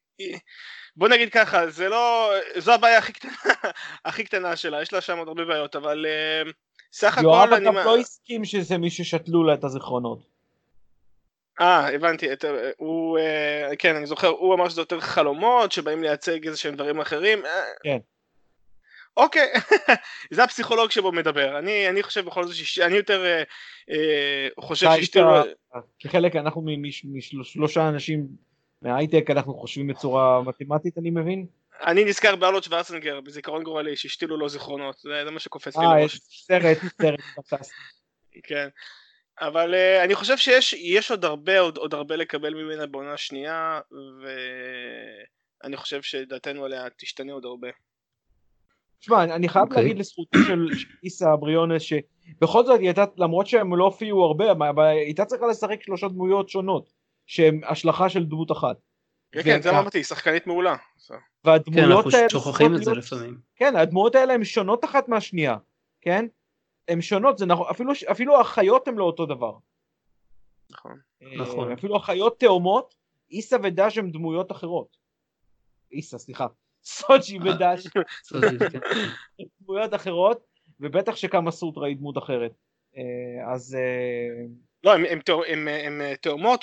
בוא נגיד ככה, זה לא, זו הבעיה הכי קטנה, הכי קטנה שלה, יש לה שם עוד הרבה בעיות, אבל סך הכל... יואב אגב לא הסכים שזה מי ששתלו לה את הזיכרונות. אה, הבנתי, את, הוא, כן, אני זוכר, הוא אמר שזה יותר חלומות, שבאים לייצג איזה שהם דברים אחרים. כן. אוקיי, זה הפסיכולוג שבו מדבר, אני, אני חושב בכל זאת, שיש, אני יותר אה, חושב ששתילו... כחלק, אנחנו משלושה אנשים מההייטק, אנחנו חושבים בצורה מתמטית, אני מבין? אני נזכר בארלוט שוורצנגר, בזיכרון גורלי, ששתילו לו זיכרונות, זה, זה מה שקופץ לי לראש. אה, לראש. יש סרט, סרט פנטסטי. כן. אבל uh, אני חושב שיש יש עוד הרבה עוד, עוד הרבה לקבל ממנה בעונה שנייה, ואני חושב שדעתנו עליה תשתנה עוד הרבה. תשמע, אני חייב okay. להגיד לזכותי של איסה בריונס, שבכל זאת היא הייתה, למרות שהם לא הופיעו הרבה, היא הייתה צריכה לשחק שלושה דמויות שונות, שהן השלכה של דמות אחת. כן, כן, זה אמרתי, היא שחקנית מעולה. והדמויות כן, אנחנו שוכחים את זה לפעמים. כן, הדמויות האלה הן שונות אחת מהשנייה, כן? הן שונות, זה נכון, אפילו, אפילו החיות הן לא אותו דבר. נכון. נכון. אפילו החיות תאומות, איסה ודש הן דמויות אחרות. איסה, סליחה. סוג'י ודש. סוג'י, כן. דמויות אחרות, ובטח שכמה סוטרה היא דמות אחרת. אז... לא, הן תאומות,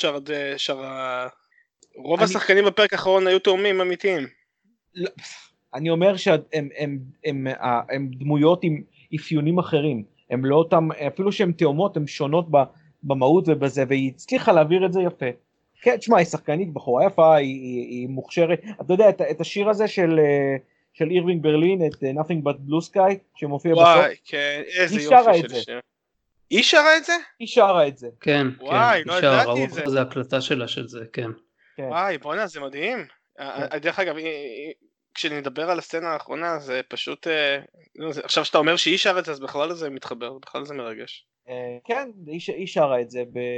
רוב השחקנים בפרק האחרון היו תאומים אמיתיים. אני אומר שהן דמויות עם אפיונים אחרים. הם לא אותם, אפילו שהן תאומות, הן שונות במהות ובזה, והיא הצליחה להעביר את זה יפה. כן, תשמע, היא שחקנית בחורה יפה, היא, היא, היא מוכשרת. אתה יודע, את, את השיר הזה של, של אירווינג ברלין, את Nothing But Blue Sky, שמופיע בסוף. וואי, כן, איזה יופי של שיר. היא שרה את זה? היא שרה את זה. כן, וואי, כן, לא היא שרה, ידעתי את זה. זה הקלטה שלה של זה, כן. כן. וואי, בוא'נה, זה מדהים. כן. דרך אגב, כשנדבר על הסצנה האחרונה, זה פשוט, עכשיו שאתה אומר שהיא שרה את זה, אז בכלל זה מתחבר, בכלל זה מרגש. כן, היא שרה את זה,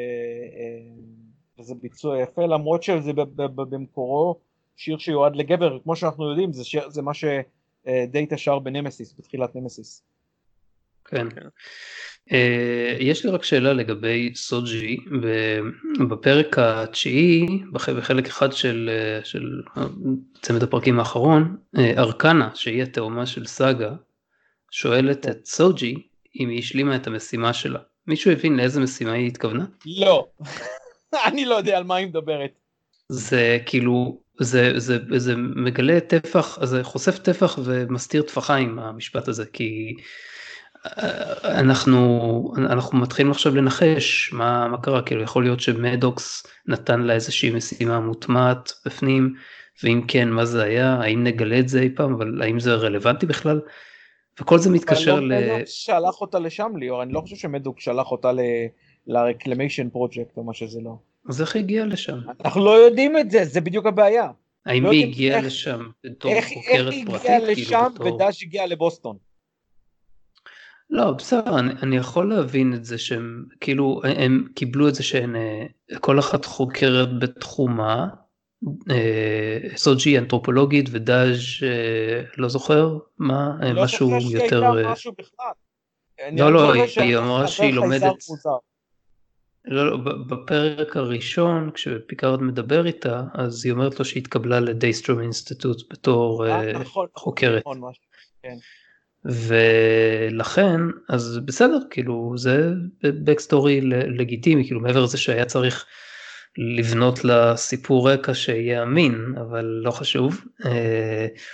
וזה ביצוע יפה, למרות שזה במקורו שיר שיועד לגבר, כמו שאנחנו יודעים, זה מה שדייטה שר בנמסיס, בתחילת נמסיס. כן. יש לי רק שאלה לגבי סוג'י, בפרק התשיעי, בחלק אחד של צמד הפרקים האחרון, ארקנה, שהיא התאומה של סאגה, שואלת את סוג'י אם היא השלימה את המשימה שלה. מישהו הבין לאיזה משימה היא התכוונה? לא, אני לא יודע על מה היא מדברת. זה כאילו, זה מגלה טפח, זה חושף טפח ומסתיר טפחיים המשפט הזה, כי... אנחנו אנחנו מתחילים עכשיו לנחש מה מה קרה, כאילו יכול להיות שמדוקס נתן לה איזושהי משימה מוטמעת בפנים, ואם כן מה זה היה, האם נגלה את זה אי פעם, אבל האם זה רלוונטי בכלל, וכל זה מתקשר ל... אני לא שלח אותה לשם ליאור, אני לא חושב שמדוקס שלח אותה ל-Reclamation Project או מה שזה לא. אז איך היא הגיעה לשם? אנחנו לא יודעים את זה, זה בדיוק הבעיה. האם היא הגיעה לשם בתור חוקרת פרטית? איך היא הגיעה לשם ודש הגיעה לבוסטון? לא, בסדר, אני, אני יכול להבין את זה שהם, כאילו, הם קיבלו את זה שהן, כל אחת חוקרת בתחומה, סוג'י אנתרופולוגית ודאז' לא זוכר, מה, לא משהו יותר... לא יותר... זוכר שהיא הייתה משהו בכלל. לא, לא, היא אמרה שהיא לומדת... מוזר. לא, לא, בפרק הראשון, כשפיקארד מדבר איתה, אז היא אומרת לו שהיא התקבלה לדייסטרום אינסטיטוט בתור נכון, חוקרת. נכון, משהו, כן. ולכן, אז בסדר, כאילו, זה בקסטורי לגיטימי, כאילו, מעבר לזה שהיה צריך לבנות לסיפור רקע שיהיה אמין, אבל לא חשוב.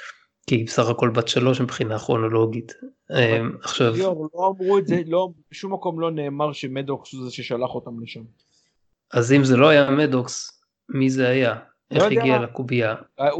כי היא בסך הכל בת שלוש מבחינה כרונולוגית. עכשיו... לא אמרו את זה, בשום מקום לא נאמר שמדוקס הוא זה ששלח אותם לשם. אז אם זה לא היה מדוקס, מי זה היה? איך הגיע לקובייה?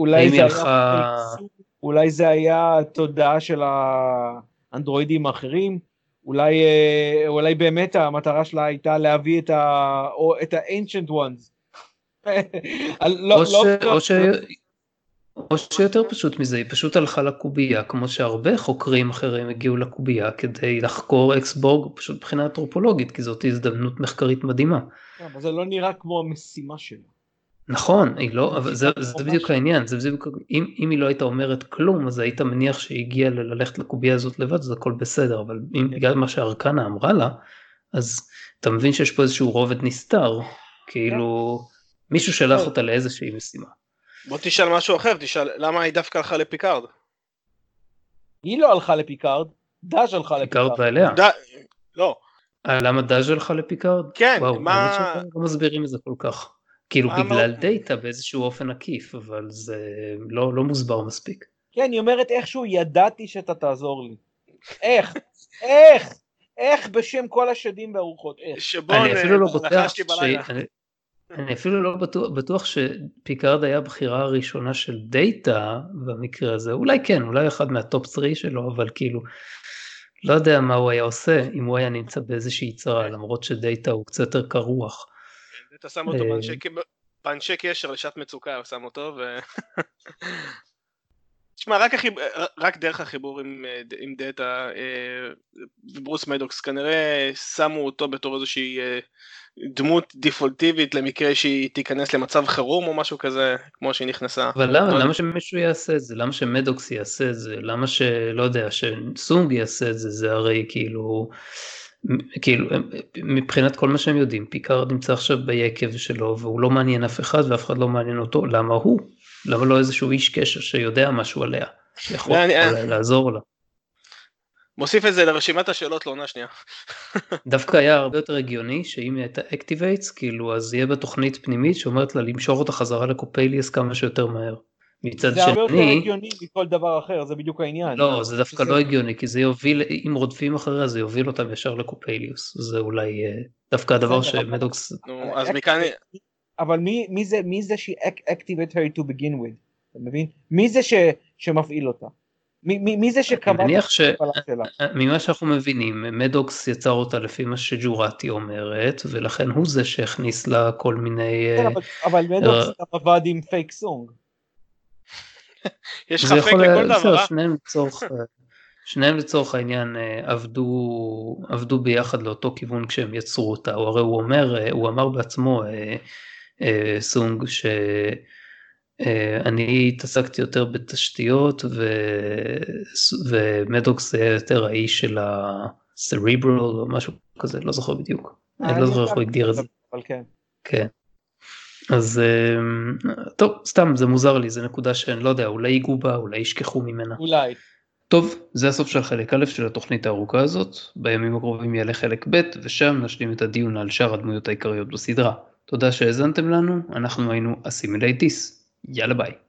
אולי זה היה תודעה של האנדרואידים האחרים, אולי, אולי באמת המטרה שלה הייתה להביא את ה, או את ה-ancient ones. או, ש, או, ש, או שיותר פשוט מזה, היא פשוט הלכה לקובייה, כמו שהרבה חוקרים אחרים הגיעו לקובייה כדי לחקור אקסבורג, פשוט מבחינה אנתרופולוגית, כי זאת הזדמנות מחקרית מדהימה. אבל זה לא נראה כמו המשימה שלה. נכון, היא לא, אבל זה, זה בדיוק העניין, זה בדיוק, אם, אם היא לא הייתה אומרת כלום, אז היית מניח שהיא הגיעה ללכת לקובייה הזאת לבד, זה הכל בסדר, אבל אם בגלל מה שארקנה אמרה לה, אז אתה מבין שיש פה איזשהו רובד נסתר, כאילו מישהו שלח אותה לאיזושהי משימה. בוא תשאל משהו אחר, תשאל למה היא דווקא הלכה לפיקארד? היא לא הלכה לפיקארד, דאז' הלכה לפיקארד. פיקארד ואליה. לא. למה דאז' הלכה לפיקארד? כן, וואו, מה... לא מסבירים את זה כל כך. כאילו בגלל דאטה באיזשהו אופן עקיף, אבל זה לא, לא מוסבר מספיק. כן, היא אומרת איכשהו ידעתי שאתה תעזור לי. איך? איך? איך בשם כל השדים והרוחות? איך? אני אפילו לא בטוח ש... אני אפילו לא בטוח, בטוח שפיקארד היה הבחירה הראשונה של דאטה במקרה הזה, אולי כן, אולי אחד מהטופ שלוש שלו, אבל כאילו, לא יודע מה הוא היה עושה, אם הוא היה נמצא באיזושהי צרה, למרות שדאטה הוא קצת יותר קרוח. אתה שם אותו באנשי קשר לשעת מצוקה, הוא שם אותו, ו... תשמע, רק, החיב... רק דרך החיבור עם, עם דאטה, וברוס מדוקס, כנראה שמו אותו בתור איזושהי דמות דיפולטיבית למקרה שהיא תיכנס למצב חירום או משהו כזה, כמו שהיא נכנסה. אבל למה, למה שמישהו יעשה את זה? למה שמדוקס יעשה את זה? למה שלא יודע, שסונג יעשה את זה? זה הרי כאילו, כאילו, מבחינת כל מה שהם יודעים, פיקארד נמצא עכשיו ביקב שלו, והוא לא מעניין אף אחד ואף אחד לא מעניין אותו, למה הוא? למה לא איזשהו איש קשר שיודע משהו עליה, שיכול לעזור לה? מוסיף את זה לרשימת השאלות לעונה שנייה. דווקא היה הרבה יותר הגיוני שאם היא הייתה אקטיבייטס, כאילו אז יהיה בתוכנית פנימית שאומרת לה למשוך אותה חזרה לקופליוס כמה שיותר מהר. מצד זה שני... הרבה יותר הגיוני מכל דבר אחר, זה בדיוק העניין. לא, זה דווקא לא הגיוני, כי זה יוביל, אם רודפים אחריה, זה יוביל אותם ישר לקופליוס. זה אולי דווקא הדבר שמדוקס... אז מכאן... אבל מי זה שהיא activate her to begin with? אתה מבין? מי זה שמפעיל אותה? מי זה שקבע את ההפעלה שלה? ממה שאנחנו מבינים, מדוקס יצר אותה לפי מה שג'ורטי אומרת, ולכן הוא זה שהכניס לה כל מיני... אבל מדוקס עבד עם פייק סונג. יש לך פייק לכל דבר. שניהם לצורך העניין עבדו, עבדו ביחד לאותו כיוון כשהם יצרו אותה, הרי הוא אומר, הוא אמר בעצמו, סונג, ש... אני התעסקתי יותר בתשתיות, ומדוקס זה יותר האיש של הסריברל או משהו כזה, לא זוכר בדיוק. אני לא זוכר איך הוא הגדיר את זה. כן. אז טוב, סתם זה מוזר לי, זה נקודה שאני לא יודע, אולי ייגעו בה, אולי ישכחו ממנה. אולי. טוב, זה הסוף של חלק א' של התוכנית הארוכה הזאת, בימים הקרובים יעלה חלק ב', ושם נשלים את הדיון על שאר הדמויות העיקריות בסדרה. תודה שהאזנתם לנו, אנחנו היינו אסימילייטיס. יאללה ביי.